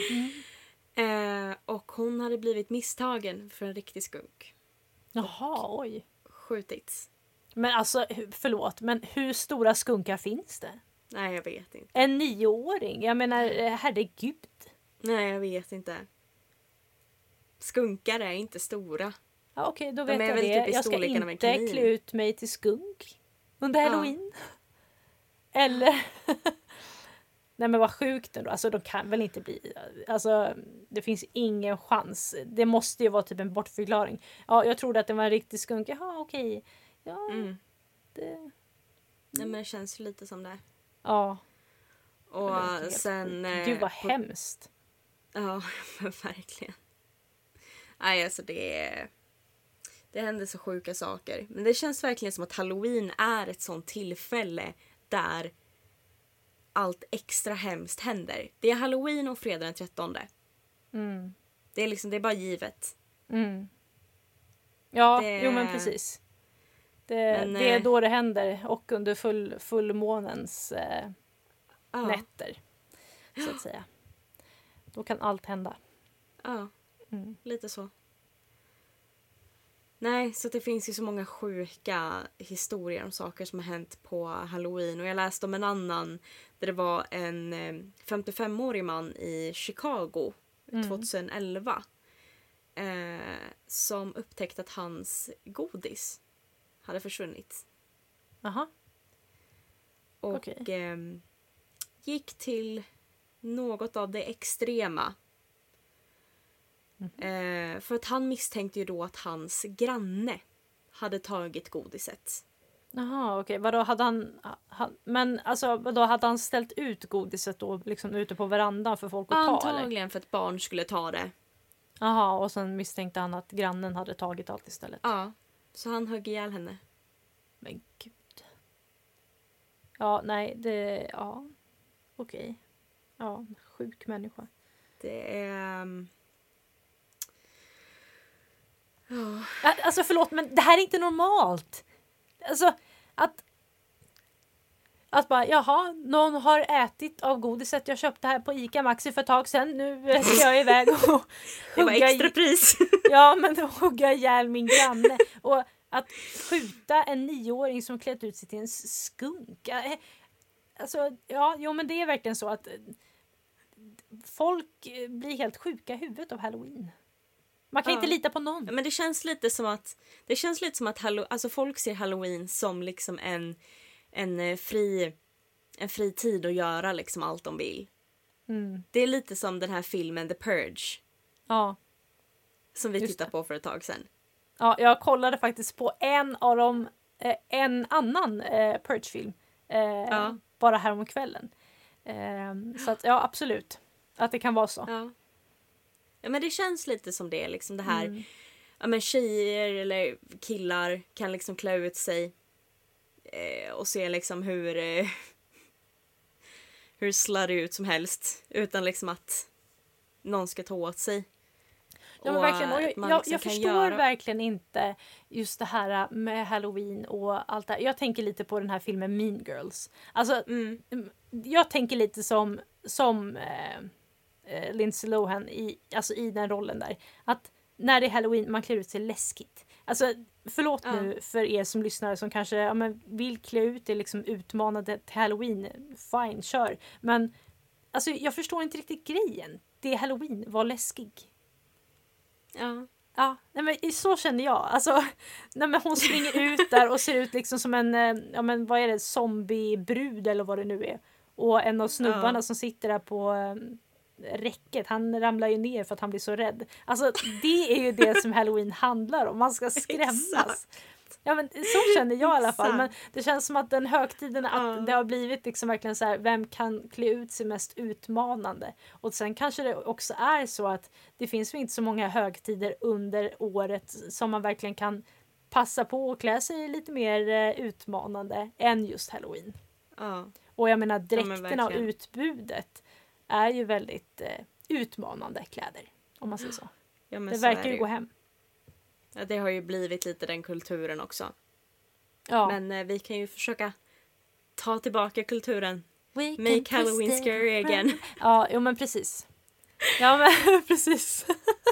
[SPEAKER 5] Och hon hade blivit misstagen för en riktig skunk.
[SPEAKER 6] Jaha, oj.
[SPEAKER 5] Skjutits.
[SPEAKER 6] Men alltså, förlåt, men hur stora skunkar finns det?
[SPEAKER 5] Nej, jag vet inte.
[SPEAKER 6] En 9-åring? Jag menar, herregud.
[SPEAKER 5] Nej, jag vet inte. Skunkar är inte stora.
[SPEAKER 6] Ja, okej, då vet
[SPEAKER 5] är
[SPEAKER 6] jag
[SPEAKER 5] väl
[SPEAKER 6] det.
[SPEAKER 5] typ i
[SPEAKER 6] Jag ska
[SPEAKER 5] storleken av en
[SPEAKER 6] inte
[SPEAKER 5] kanin.
[SPEAKER 6] klä ut mig till skunk under Halloween. Eller... Nej, men vad sjukt ändå. Alltså, de kan väl inte bli... Alltså, det finns ingen chans. Det måste ju vara typ en bortförklaring. Ja, jag trodde att det var en riktig skunk. Jaha, okej. Ja, det...
[SPEAKER 5] Nej, men det känns ju lite som det.
[SPEAKER 6] Ja.
[SPEAKER 5] Och sen...
[SPEAKER 6] Gud, vad hemskt.
[SPEAKER 5] Ja, men verkligen. Nej, alltså det händer så sjuka saker. Men det känns verkligen som att Halloween är ett sånt tillfälle där allt extra hemskt händer. Det är Halloween och fredag den 13. Det är bara givet.
[SPEAKER 6] Ja, jo men precis. Det är då det händer och under fullmånens nätter, så att säga. Då kan allt hända.
[SPEAKER 5] Ja, lite så. Nej, så det finns ju så många sjuka historier om saker som har hänt på Halloween. Och jag läste om en annan där det var en 55-årig man i Chicago 2011. som upptäckte att hans godis hade försvunnit.
[SPEAKER 6] Aha.
[SPEAKER 5] Och
[SPEAKER 6] Okej.
[SPEAKER 5] Gick till något av det extrema. För att han misstänkte ju då att hans granne hade tagit godiset.
[SPEAKER 6] Jaha, okej. Vadå, hade men alltså, vadå, hade han ställt ut godiset då liksom ute på verandan för folk att ta?
[SPEAKER 5] Antagligen för att barn skulle ta det.
[SPEAKER 6] Jaha, och sen misstänkte han att grannen hade tagit allt istället.
[SPEAKER 5] Ja, så han högg ihjäl henne.
[SPEAKER 6] Men gud. Ja, nej, det... Ja, okej. Ja, sjuk människa.
[SPEAKER 5] Det är...
[SPEAKER 6] Alltså förlåt, men det här är inte normalt. Alltså, att bara, jaha, någon har ätit av godiset jag köpte här på Ica Maxi för ett tag sedan. Nu ska jag iväg och
[SPEAKER 5] det var extra pris.
[SPEAKER 6] Ja, men då hugga ihjäl min granne. Och att skjuta en 9-åring som klätt ut sig till en skunk. Alltså, ja, jo, men det är verkligen så att folk blir helt sjuka i huvudet av Halloween. Man kan inte lita på någon.
[SPEAKER 5] Men det känns lite som att alltså folk ser Halloween som liksom en fri tid att göra liksom allt de vill. Det är lite som den här filmen The Purge.
[SPEAKER 6] Ja.
[SPEAKER 5] Som vi tittade på för ett tag sedan.
[SPEAKER 6] Ja, jag kollade faktiskt på en annan Purge-film. Bara här om kvällen. Så att, ja, absolut. Att det kan vara så.
[SPEAKER 5] Ja, men det känns lite som det. Liksom det här. Ja, men tjejer eller killar kan liksom klä ut sig. Och se liksom hur slutty ut som helst. Utan liksom att någon ska ta åt sig.
[SPEAKER 6] Ja, men verkligen. Och jag
[SPEAKER 5] liksom
[SPEAKER 6] förstår verkligen inte just det här med Halloween och allt det här. Jag tänker lite på den här filmen Mean Girls. Alltså, jag tänker lite som Lindsay Lohan i den rollen där. Att när det är Halloween, man klär ut sig läskigt. Alltså, förlåt nu för er som lyssnar som kanske vill klä ut det liksom utmanande till Halloween. Fine, kör. Men alltså, jag förstår inte riktigt grejen. Det är Halloween, var läskig. Ja, nej, men så känner jag. Alltså, nej, men hon springer ut där och ser ut liksom som en vad är det, zombiebrud eller vad det nu är. Och en av snubbarna som sitter där på räcket, han ramlar ju ner för att han blir så rädd. Alltså, det är ju det som Halloween handlar om. Man ska skrämmas. Exakt. Ja, men så känner jag i alla fall. Men det känns som att den högtiden, att det har blivit liksom verkligen så här, vem kan klä ut sig mest utmanande? Och sen kanske det också är så att det finns ju inte så många högtider under året som man verkligen kan passa på att klä sig lite mer utmanande än just Halloween. Och jag menar, dräkterna och utbudet är ju väldigt utmanande kläder, om man säger så. Ja, men det verkar ju gå hem.
[SPEAKER 5] Ja, det har ju blivit lite den kulturen också.
[SPEAKER 6] Ja.
[SPEAKER 5] Men vi kan ju försöka ta tillbaka kulturen. Make Halloween scary again.
[SPEAKER 6] Ja, jo, men precis. Ja, men precis.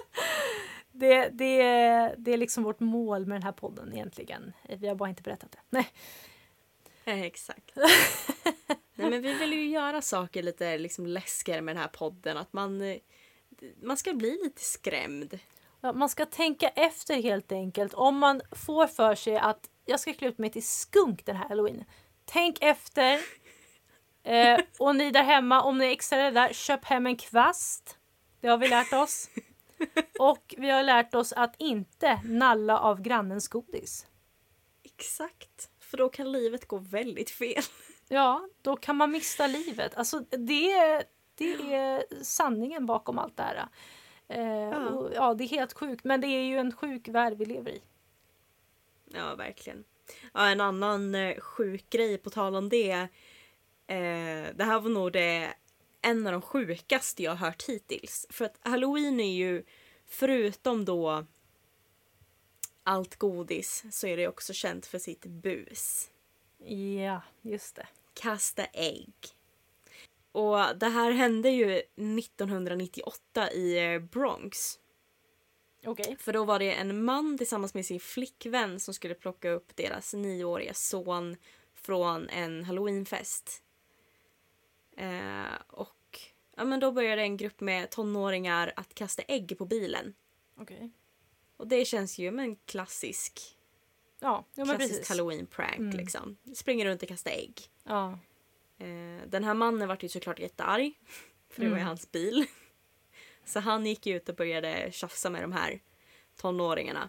[SPEAKER 6] Det är liksom vårt mål med den här podden egentligen. Vi har bara inte berättat det. Nej.
[SPEAKER 5] Exakt. Nej, men vi vill ju göra saker lite liksom läskigare med den här podden. Att man ska bli lite skrämd.
[SPEAKER 6] Ja, man ska tänka efter helt enkelt. Om man får för sig att jag ska klä ut mig till skunk den här Halloween. Tänk efter. Och ni där hemma, om ni är extra rädda, köp hem en kvast. Det har vi lärt oss. Och vi har lärt oss att inte nalla av grannens godis.
[SPEAKER 5] Exakt. För då kan livet gå väldigt fel.
[SPEAKER 6] Ja, då kan man mista livet. Alltså, det är sanningen bakom allt det här. Och, ja, det är helt sjukt. Men det är ju en sjuk värld vi lever i.
[SPEAKER 5] Ja, verkligen. Ja, en annan sjuk grej på tal om det. Det här var nog en av de sjukaste jag har hört hittills. För att Halloween är ju, förutom då allt godis, så är det också känt för sitt bus.
[SPEAKER 6] Ja, just det.
[SPEAKER 5] Kasta ägg. Och det här hände ju 1998 i Bronx.
[SPEAKER 6] Okej.
[SPEAKER 5] För då var det en man tillsammans med sin flickvän som skulle plocka upp deras 9-åriga son från en Halloweenfest. Och ja, men då började en grupp med tonåringar att kasta ägg på bilen.
[SPEAKER 6] Okej.
[SPEAKER 5] Och det känns ju som en klassisk
[SPEAKER 6] Ja, men precis.
[SPEAKER 5] halloween-prank liksom. Springer runt och kastar ägg.
[SPEAKER 6] Ja.
[SPEAKER 5] Den här mannen var ju såklart jättearg. För det var ju hans bil. Så han gick ut och började tjafsa med de här tonåringarna.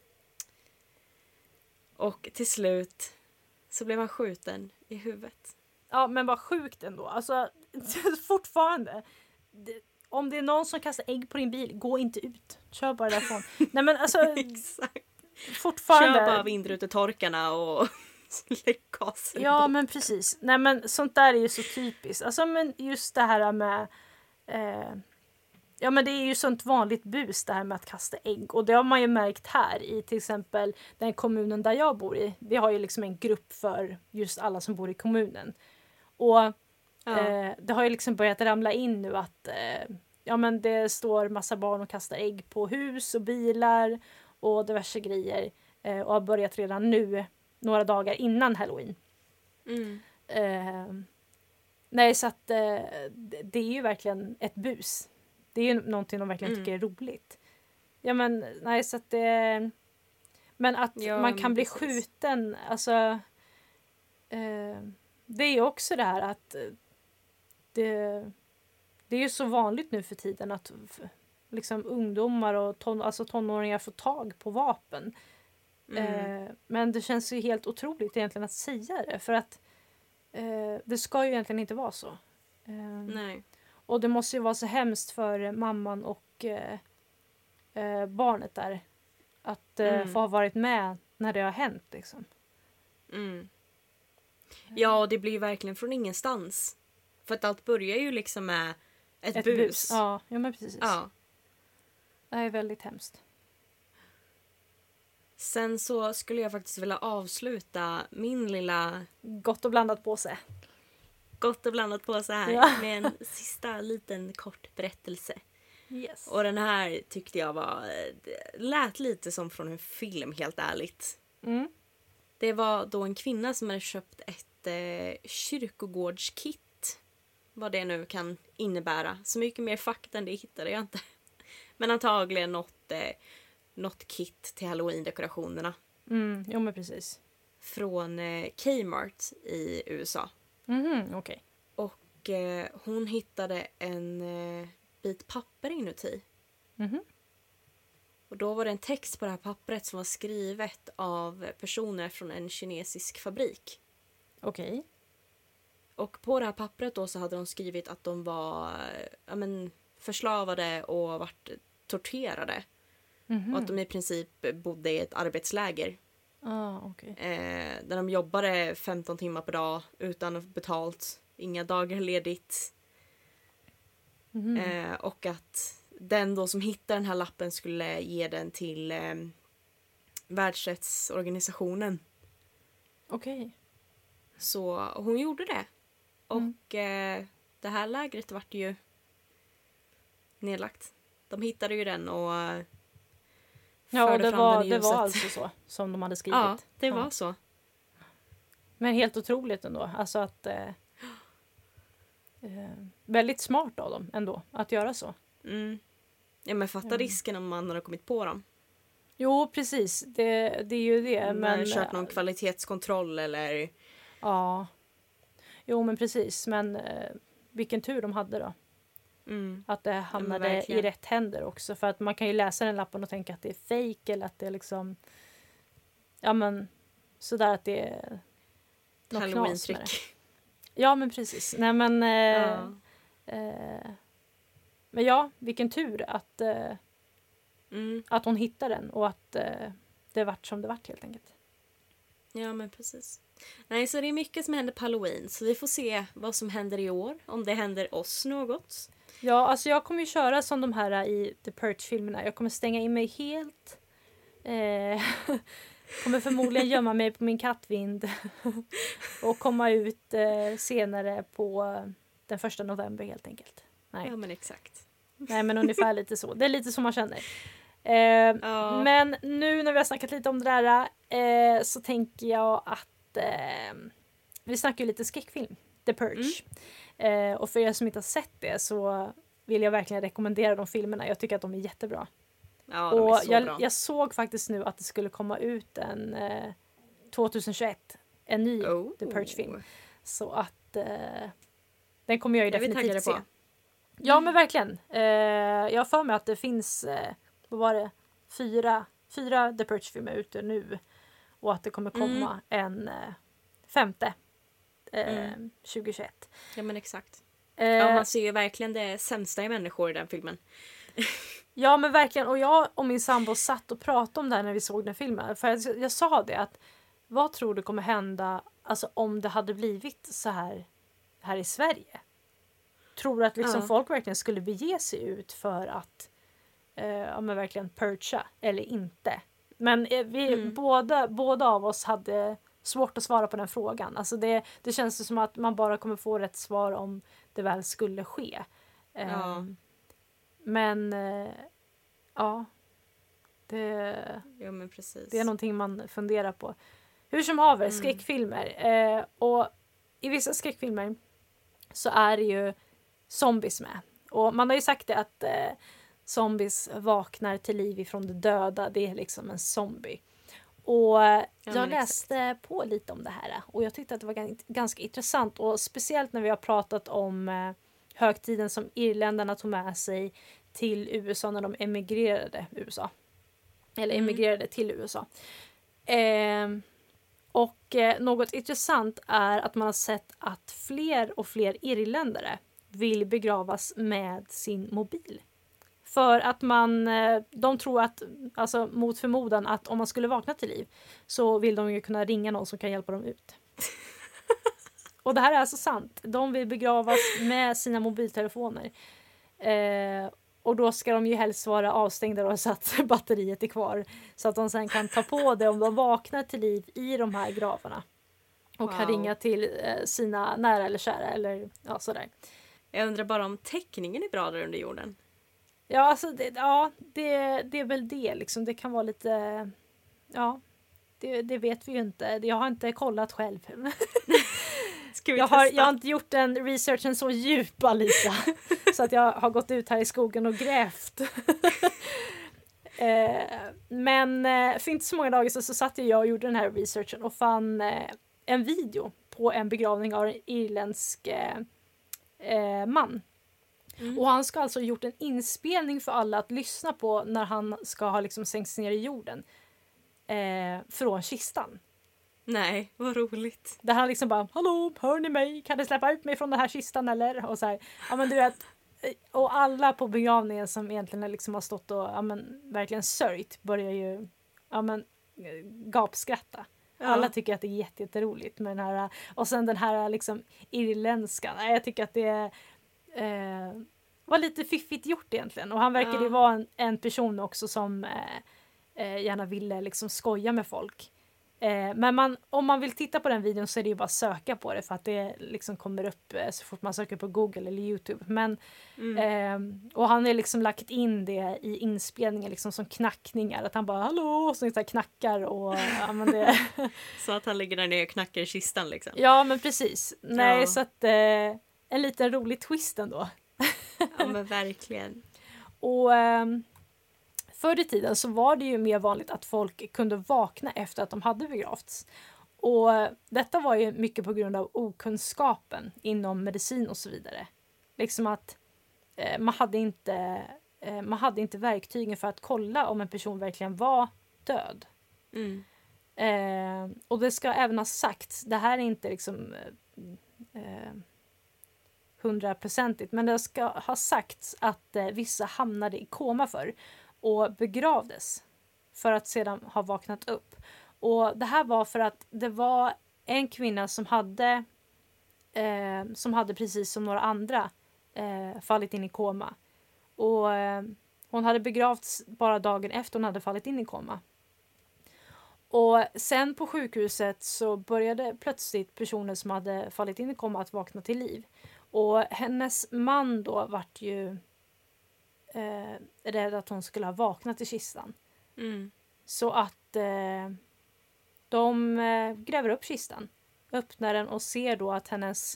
[SPEAKER 5] Och till slut så blev han skjuten i huvudet.
[SPEAKER 6] Ja, men vad sjukt ändå. Alltså, fortfarande. Om det är någon som kastar ägg på din bil, gå inte ut. Kör bara därifrån. Nej, men alltså...
[SPEAKER 5] Exakt.
[SPEAKER 6] Fortfarande...
[SPEAKER 5] Kör bara vindrutetorkarna och släck gasen.
[SPEAKER 6] Ja, men precis. Nej, men sånt där är ju så typiskt. Alltså, men just det här med... ja, men det är ju sånt vanligt bus det här med att kasta ägg. Och det har man ju märkt här i till exempel den kommunen där jag bor i. Vi har ju liksom en grupp för just alla som bor i kommunen. Och det har ju liksom börjat ramla in nu att ja, men det står massa barn och kastar ägg på hus och bilar och diverse grejer. Och har börjat redan nu, några dagar innan Halloween. Nej, så att det är ju verkligen ett bus. Det är ju någonting de verkligen tycker är roligt. Ja, men nej, så att det... Men att man kan bli skjuten, alltså... det är ju också det här att det är ju så vanligt nu för tiden att liksom ungdomar och tonåringar får tag på vapen. Men det känns ju helt otroligt egentligen att säga det, för att det ska ju egentligen inte vara så.
[SPEAKER 5] Nej.
[SPEAKER 6] Och det måste ju vara så hemskt för mamman och barnet där att få ha varit med när det har hänt liksom.
[SPEAKER 5] Ja, och det blir ju verkligen från ingenstans. För att allt börjar ju liksom med ett bus.
[SPEAKER 6] Ja, men precis.
[SPEAKER 5] Ja.
[SPEAKER 6] Det är väldigt hemskt.
[SPEAKER 5] Sen så skulle jag faktiskt vilja avsluta min lilla...
[SPEAKER 6] Gott och blandat påse.
[SPEAKER 5] Gott och blandat påse här med en sista liten kort berättelse.
[SPEAKER 6] Yes.
[SPEAKER 5] Och den här tyckte jag lät lite som från en film, helt ärligt. Det var då en kvinna som hade köpt ett kyrkogårdskit. Vad det nu kan innebära. Så mycket mer fakta än det hittade jag inte. Men antagligen något kit till Halloween-dekorationerna.
[SPEAKER 6] Jo, men precis.
[SPEAKER 5] Från Kmart i USA.
[SPEAKER 6] Okej.
[SPEAKER 5] Och hon hittade en bit papper inuti. Och då var det en text på det här pappret som var skrivet av personer från en kinesisk fabrik.
[SPEAKER 6] Okej.
[SPEAKER 5] Och på det här pappret då så hade de skrivit att de var förslavade och vart torterade. Och att de i princip bodde i ett arbetsläger.
[SPEAKER 6] Okay.
[SPEAKER 5] Där de jobbade 15 timmar per dag utan betalt. Inga dagar ledigt. Och att den då som hittade den här lappen skulle ge den till Världsrättsorganisationen.
[SPEAKER 6] Okej.
[SPEAKER 5] Så hon gjorde det. Och det här lägret vart ju nedlagt. De hittade ju den och
[SPEAKER 6] ja,
[SPEAKER 5] det var
[SPEAKER 6] alltså så som de hade skrivit.
[SPEAKER 5] Ja, det var så.
[SPEAKER 6] Men helt otroligt ändå. Alltså att väldigt smart av dem ändå att göra så.
[SPEAKER 5] Ja, men fatta risken om man hade kommit på dem.
[SPEAKER 6] Jo, precis. Det är ju det. Men
[SPEAKER 5] kört någon kvalitetskontroll eller...
[SPEAKER 6] Ja. Jo, men precis. Men vilken tur de hade då. Att det hamnade i rätt händer också. För att man kan ju läsa den lappen och tänka att det är fake eller att det är liksom... Ja, men sådär att det är något knas med det. Ja, men precis. Nej, men... men ja, vilken tur att hon hittade den och att det vart som det vart helt enkelt.
[SPEAKER 5] Ja, men precis. Nej, så det är mycket som händer på Halloween. Så vi får se vad som händer i år. Om det händer oss något.
[SPEAKER 6] Ja, alltså jag kommer ju köra som de här i The Purge-filmerna. Jag kommer stänga in mig helt. Kommer förmodligen gömma mig på min kattvind. Och komma ut senare på den 1 november helt enkelt. Nej.
[SPEAKER 5] Ja, men exakt.
[SPEAKER 6] Nej, men ungefär lite så. Det är lite som man känner. Men nu när vi har snackat lite om det där så tänker jag att vi snackar ju lite skräckfilm. The Purge. Och för er som inte har sett det så vill jag verkligen rekommendera de filmerna. Jag tycker att de är jättebra.
[SPEAKER 5] Ja, de är
[SPEAKER 6] Och
[SPEAKER 5] så bra.
[SPEAKER 6] jag såg faktiskt nu att det skulle komma ut en 2021. En ny The Purge-film. Så att den kommer jag ju
[SPEAKER 5] Det är vi
[SPEAKER 6] definitivt se.
[SPEAKER 5] taggade på.
[SPEAKER 6] Ja, men verkligen. Jag har för mig att det finns, vad var det? Fyra The Purge-filmer ute nu. Och att det kommer komma en femte 2021.
[SPEAKER 5] Ja, men exakt. Ja, man ser ju verkligen det sämsta i människor i den filmen.
[SPEAKER 6] Ja, men verkligen. Och jag och min sambo satt och pratade om det här när vi såg den filmen. För jag sa det att vad tror du kommer hända alltså, om det hade blivit så här i Sverige? Tror du att liksom folk verkligen skulle bege sig ut för att men verkligen purcha eller inte? Men vi båda av oss hade svårt att svara på den frågan. Alltså det känns som att man bara kommer få rätt svar om det väl skulle ske. Men ja,
[SPEAKER 5] Ja, men precis.
[SPEAKER 6] det är någonting man funderar på. Hur som haver, skräckfilmer. Och i vissa skräckfilmer så är det ju zombies med. Och man har ju sagt det att zombies vaknar till liv ifrån de döda. Det är liksom en zombie. Och jag läste på lite om det här. Och jag tyckte att det var ganska intressant. Och speciellt när vi har pratat om högtiden som irländarna tog med sig till USA när de emigrerade USA. Eller emigrerade till USA. Och något intressant är att man har sett att fler och fler irländare vill begravas med sin mobil. För att de tror att, alltså mot förmodan, att om man skulle vakna till liv så vill de ju kunna ringa någon som kan hjälpa dem ut. Och det här är alltså sant. De vill begravas med sina mobiltelefoner. Och då ska de ju helst vara avstängda och så att batteriet är kvar. Så att de sen kan ta på det om de vaknar till liv i de här gravarna. Och kan ringa till sina nära eller kära eller ja, sådär.
[SPEAKER 5] Jag undrar bara om täckningen är bra där under jorden.
[SPEAKER 6] Ja, alltså det är väl det liksom. Det kan vara lite... Ja, det vet vi ju inte. Jag har inte kollat själv. Jag har inte gjort den researchen så djup, Alisa. Så att jag har gått ut här i skogen och grävt. Men för inte så många dagar så satt jag och gjorde den här researchen och fann en video på en begravning av en irländsk man. Och han ska alltså ha gjort en inspelning för alla att lyssna på när han ska ha liksom sänkts ner i jorden. Från kistan.
[SPEAKER 5] Nej, vad roligt.
[SPEAKER 6] Där han liksom bara, hallå, hör ni mig? Kan ni släppa ut mig från den här kistan eller? Och så här, ja men du vet, och alla på begravningen som egentligen liksom har stått och ja, men, verkligen sörjt börjar ju ja, men, gapskratta. Ja. Alla tycker att det är jätteroligt med den här, och sen den här liksom irländskan. Jag tycker att det var lite fiffigt gjort egentligen. Och han verkade ju vara en person också som gärna ville liksom skoja med folk. Men om man vill titta på den videon så är det ju bara att söka på det för att det liksom kommer upp så fort man söker på Google eller YouTube. Men, och han har liksom lagt in det i inspelningen liksom som knackningar. Att han bara hallå och så knackar och ja, men det...
[SPEAKER 5] Så att han ligger där nere och knackar i kistan liksom.
[SPEAKER 6] Ja men precis. Nej så att en liten rolig twist ändå.
[SPEAKER 5] Ja men verkligen.
[SPEAKER 6] Och förr i tiden så var det ju mer vanligt att folk kunde vakna efter att de hade begravts. Och detta var ju mycket på grund av okunskapen inom medicin och så vidare. Liksom att man hade inte verktygen för att kolla om en person verkligen var död. Och det ska även ha sagts, det här är inte liksom 100%, men det ska ha sagts att vissa hamnade i koma för och begravdes för att sedan ha vaknat upp. Och det här var för att det var en kvinna som hade precis som några andra fallit in i koma. Och hon hade begravts bara dagen efter hon hade fallit in i koma. Och sen på sjukhuset så började plötsligt personer som hade fallit in i koma att vakna till liv. Och hennes man då vart ju rädd att hon skulle ha vaknat i kistan. Så att de gräver upp kistan, öppnar den och ser då att hennes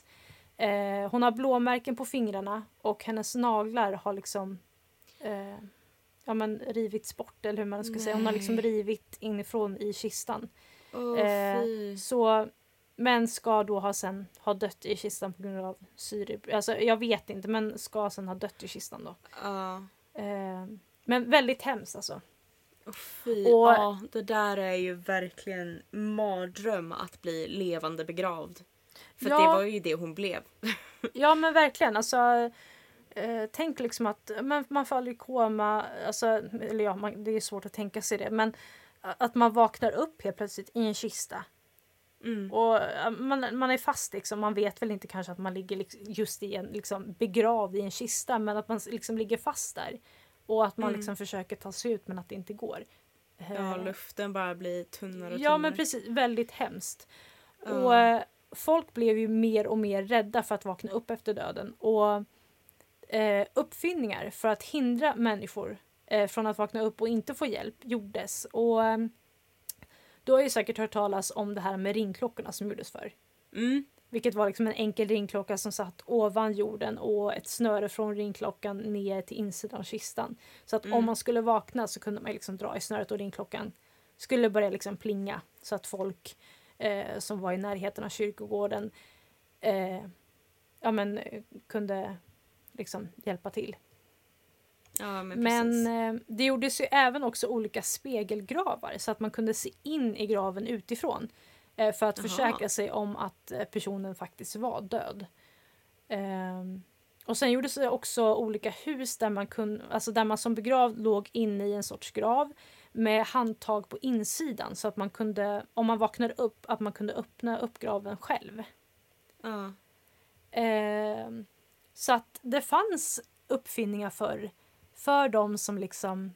[SPEAKER 6] hon har blåmärken på fingrarna och hennes naglar har liksom rivits bort, eller hur man ska säga. Hon har liksom rivit inifrån i kistan.
[SPEAKER 5] Fy.
[SPEAKER 6] Men ska då ha dött i kistan på grund av syre. Alltså jag vet inte, men ska sen ha dött i kistan då. Men väldigt hemskt alltså.
[SPEAKER 5] Fy. Det där är ju verkligen mardröm att bli levande begravd. För det var ju det hon blev.
[SPEAKER 6] Ja men verkligen, alltså tänk liksom att man faller i koma, alltså, eller det är svårt att tänka sig det, men att man vaknar upp helt plötsligt i en kista. Och man är fast liksom, man vet väl inte kanske att man ligger just i en, liksom, begravd i en kista, men att man liksom ligger fast där och att man liksom försöker ta sig ut men att det inte går.
[SPEAKER 5] Ja, luften bara blir tunnare och tunnare.
[SPEAKER 6] Ja men precis, väldigt hemskt. Och folk blev ju mer och mer rädda för att vakna upp efter döden, och uppfinningar för att hindra människor från att vakna upp och inte få hjälp gjordes. Och du har ju säkert hört talas om det här med ringklockorna som gjordes förr. Vilket var liksom en enkel ringklocka som satt ovan jorden och ett snöre från ringklockan ner till insidan av kistan. Så att om man skulle vakna så kunde man liksom dra i snöret och ringklockan skulle börja liksom plinga. Så att folk som var i närheten av kyrkogården kunde liksom hjälpa till.
[SPEAKER 5] Ja, men
[SPEAKER 6] det gjordes ju även också olika spegelgravar så att man kunde se in i graven utifrån för att försäkra sig om att personen faktiskt var död. Och sen gjordes det också olika hus där man som begravd låg inne i en sorts grav med handtag på insidan så att man kunde, om man vaknade upp, att man kunde öppna upp graven själv. Så att det fanns uppfinningar för de som liksom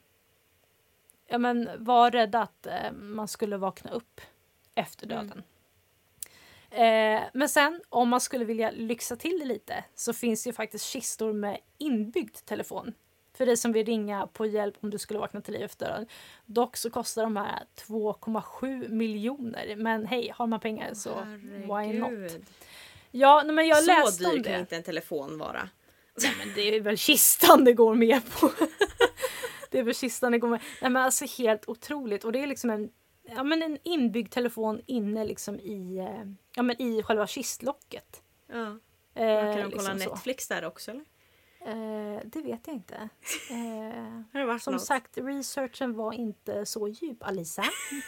[SPEAKER 6] var rädda att man skulle vakna upp efter döden. Men sen om man skulle vilja lyxa till det lite så finns det ju faktiskt kistor med inbyggd telefon för dig som vill ringa på hjälp om du skulle vakna till liv efter döden. Dock så kostar de här 2,7 miljoner, men hej, har man pengar så why not? Ja, men jag läste om det.
[SPEAKER 5] Så dyr kan inte en telefon vara.
[SPEAKER 6] Nej, men det är väl kistan det går med på. Det är väl kistan det går med. Nej, men alltså helt otroligt. Och det är liksom en inbyggd telefon inne liksom i själva kistlocket.
[SPEAKER 5] Ja. Kan de kolla
[SPEAKER 6] liksom
[SPEAKER 5] Netflix där också eller?
[SPEAKER 6] Det vet jag inte.
[SPEAKER 5] Som
[SPEAKER 6] sagt, researchen var inte så djup, Alisa.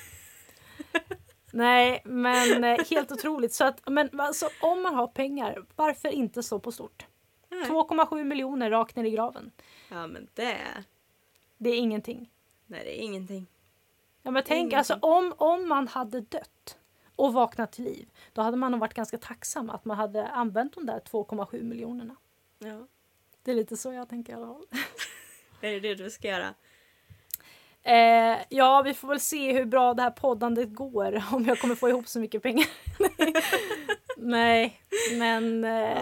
[SPEAKER 6] Nej, men helt otroligt. Så att, men alltså, om man har pengar, varför inte slå på stort? 2,7 miljoner rakt ner i graven.
[SPEAKER 5] Ja, men det
[SPEAKER 6] är ingenting.
[SPEAKER 5] Nej, det är ingenting.
[SPEAKER 6] Ja, men tänk, alltså om man hade dött och vaknat till liv, då hade man nog varit ganska tacksam att man hade använt de där 2,7 miljonerna.
[SPEAKER 5] Ja.
[SPEAKER 6] Det är lite så jag tänker i alla fall.
[SPEAKER 5] Är det du ska göra?
[SPEAKER 6] Ja, vi får väl se hur bra det här poddandet går. Om jag kommer få ihop så mycket pengar. Nej, men...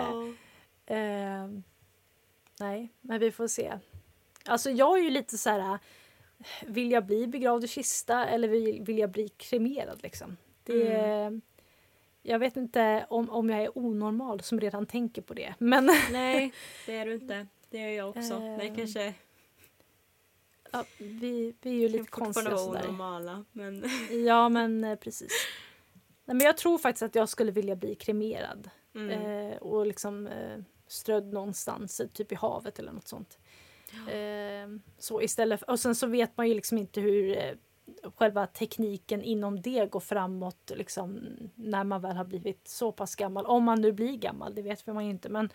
[SPEAKER 6] nej, men vi får se. Alltså jag är ju lite så här... Vill jag bli begravd i kista eller vill jag bli kremerad liksom? Jag vet inte om jag är onormal som redan tänker på det. Men
[SPEAKER 5] nej, det är du inte. Det är jag också. Men kanske...
[SPEAKER 6] Ja, vi är ju lite konstiga sådär.
[SPEAKER 5] Onormala, men...
[SPEAKER 6] Ja, men precis. Nej, men jag tror faktiskt att jag skulle vilja bli kremerad. Och liksom strödd någonstans, typ i havet eller något sånt. Så istället och sen så vet man ju liksom inte hur själva tekniken inom det går framåt liksom, när man väl har blivit så pass gammal. Om man nu blir gammal, det vet man ju inte. Men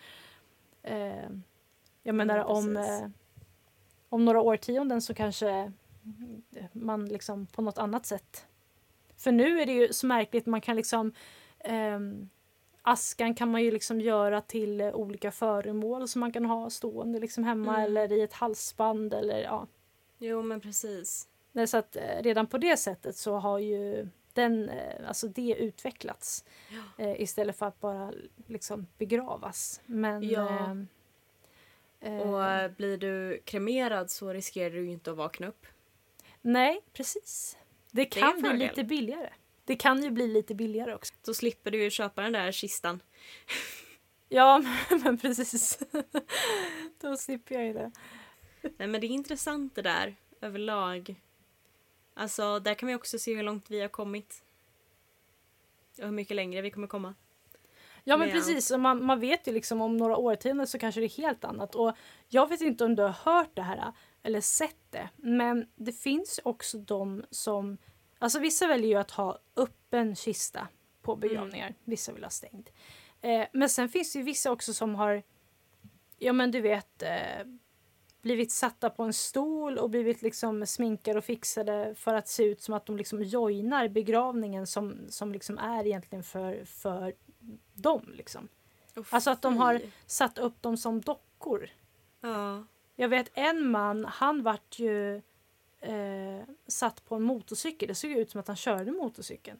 [SPEAKER 6] jag menar om några årtionden så kanske man liksom på något annat sätt. För nu är det ju så märkligt, man kan liksom askan kan man ju liksom göra till olika föremål som man kan ha stående liksom hemma eller i ett halsband eller ja.
[SPEAKER 5] Jo, men precis.
[SPEAKER 6] Nej, så att redan på det sättet så har ju alltså det utvecklats istället för att bara liksom begravas. Men
[SPEAKER 5] och blir du kremerad så riskerar du ju inte att vakna upp.
[SPEAKER 6] Nej, precis. Det kan bli lite billigare. Det kan ju bli lite billigare också.
[SPEAKER 5] Då slipper du ju köpa den där kistan.
[SPEAKER 6] Ja, men precis. Då slipper jag ju det.
[SPEAKER 5] Nej, men det är intressant det där överlag. Alltså, där kan vi också se hur långt vi har kommit. Och hur mycket längre vi kommer komma.
[SPEAKER 6] Ja, men precis. Och man vet ju liksom om några årtionden så kanske det är helt annat. Och jag vet inte om du har hört det här eller sett det. Men det finns också de som... Alltså vissa väljer ju att ha öppen kista på begravningar. Vissa vill ha stängd. Men sen finns det ju vissa också som har... Ja, men du vet... blivit satta på en stol och blivit liksom sminkade och fixade för att se ut som att de liksom joinar begravningen som liksom är egentligen för dem liksom. Alltså att de har satt upp dem som dockor.
[SPEAKER 5] Ja.
[SPEAKER 6] Jag vet en man, han vart ju satt på en motorcykel. Det såg ut som att han körde motorcykeln.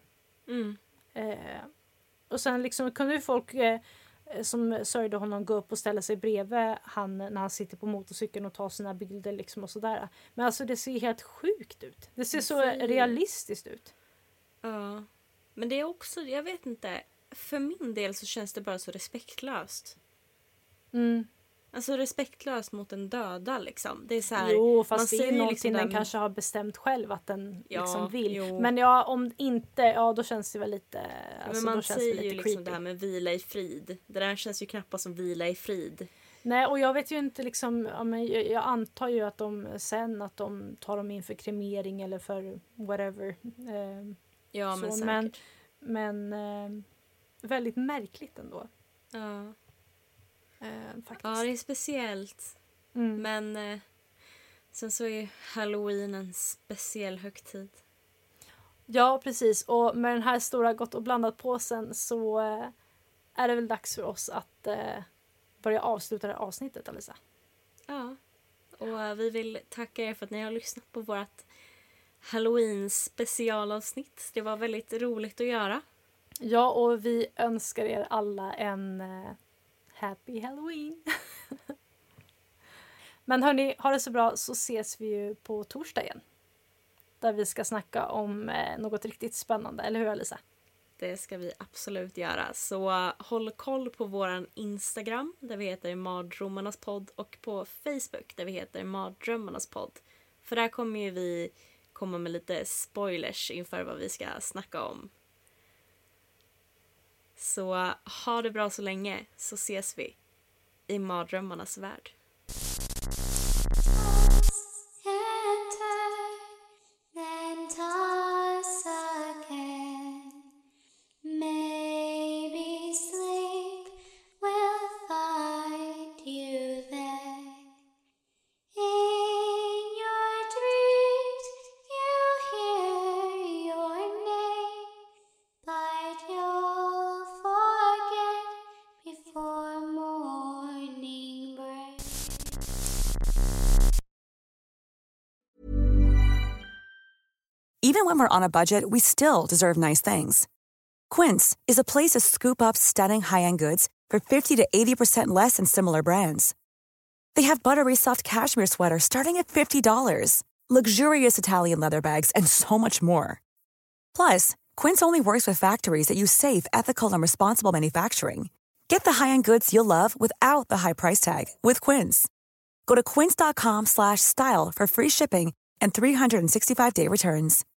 [SPEAKER 6] Och sen liksom kunde ju folk som sörjde honom gå upp och ställa sig bredvid han när han sitter på motorcykeln och tar sina bilder liksom och sådär. Men alltså det ser helt sjukt ut. Det ser så realistiskt ut.
[SPEAKER 5] Ja. Men det är också, jag vet inte, för min del så känns det bara så respektlöst. Alltså respektlöst mot en döda liksom. Det är så här,
[SPEAKER 6] jo, fast
[SPEAKER 5] man
[SPEAKER 6] det är
[SPEAKER 5] säger
[SPEAKER 6] någonting
[SPEAKER 5] liksom
[SPEAKER 6] den kanske har bestämt själv att den liksom vill.
[SPEAKER 5] Jo.
[SPEAKER 6] Men ja, om inte, ja då känns det väl lite alltså,
[SPEAKER 5] men man
[SPEAKER 6] då känns
[SPEAKER 5] säger
[SPEAKER 6] det lite
[SPEAKER 5] ju liksom
[SPEAKER 6] creepy.
[SPEAKER 5] det här med vila i frid. Det där känns ju knappast som vila i frid.
[SPEAKER 6] Nej, och jag vet ju inte liksom, ja, men jag antar ju att de sen att de tar dem in för kremering eller för whatever.
[SPEAKER 5] Ja, men
[SPEAKER 6] så,
[SPEAKER 5] säkert.
[SPEAKER 6] Men väldigt märkligt ändå.
[SPEAKER 5] Ja.
[SPEAKER 6] Faktiskt.
[SPEAKER 5] Ja, det är speciellt. Men sen så är Halloween en speciell högtid.
[SPEAKER 6] Ja, precis. Och med den här stora gott och blandat påsen så är det väl dags för oss att börja avsluta det här avsnittet, Alisa.
[SPEAKER 5] Ja, och vi vill tacka er för att ni har lyssnat på vårt Halloween specialavsnitt. Det var väldigt roligt att göra.
[SPEAKER 6] Ja, och vi önskar er alla en happy Halloween. Men hörni, ha det så bra så ses vi ju på torsdag igen. Där vi ska snacka om något riktigt spännande, eller hur Alisa?
[SPEAKER 5] Det ska vi absolut göra. Så håll koll på våran Instagram där vi heter Mardrömmarnas podd och på Facebook där vi heter Mardrömmarnas podd. För där kommer ju vi komma med lite spoilers inför vad vi ska snacka om. Så ha det bra så länge så ses vi i Mardrömmarnas värld.
[SPEAKER 7] Even when we're on a budget, we still deserve nice things. Quince is a place to scoop up stunning high-end goods for 50 to 80% less than similar brands. They have buttery soft cashmere sweaters starting at $50, luxurious Italian leather bags, and so much more. Plus, Quince only works with factories that use safe, ethical, and responsible manufacturing. Get the high-end goods you'll love without the high price tag with Quince. Go to quince.com/style for free shipping and 365-day returns.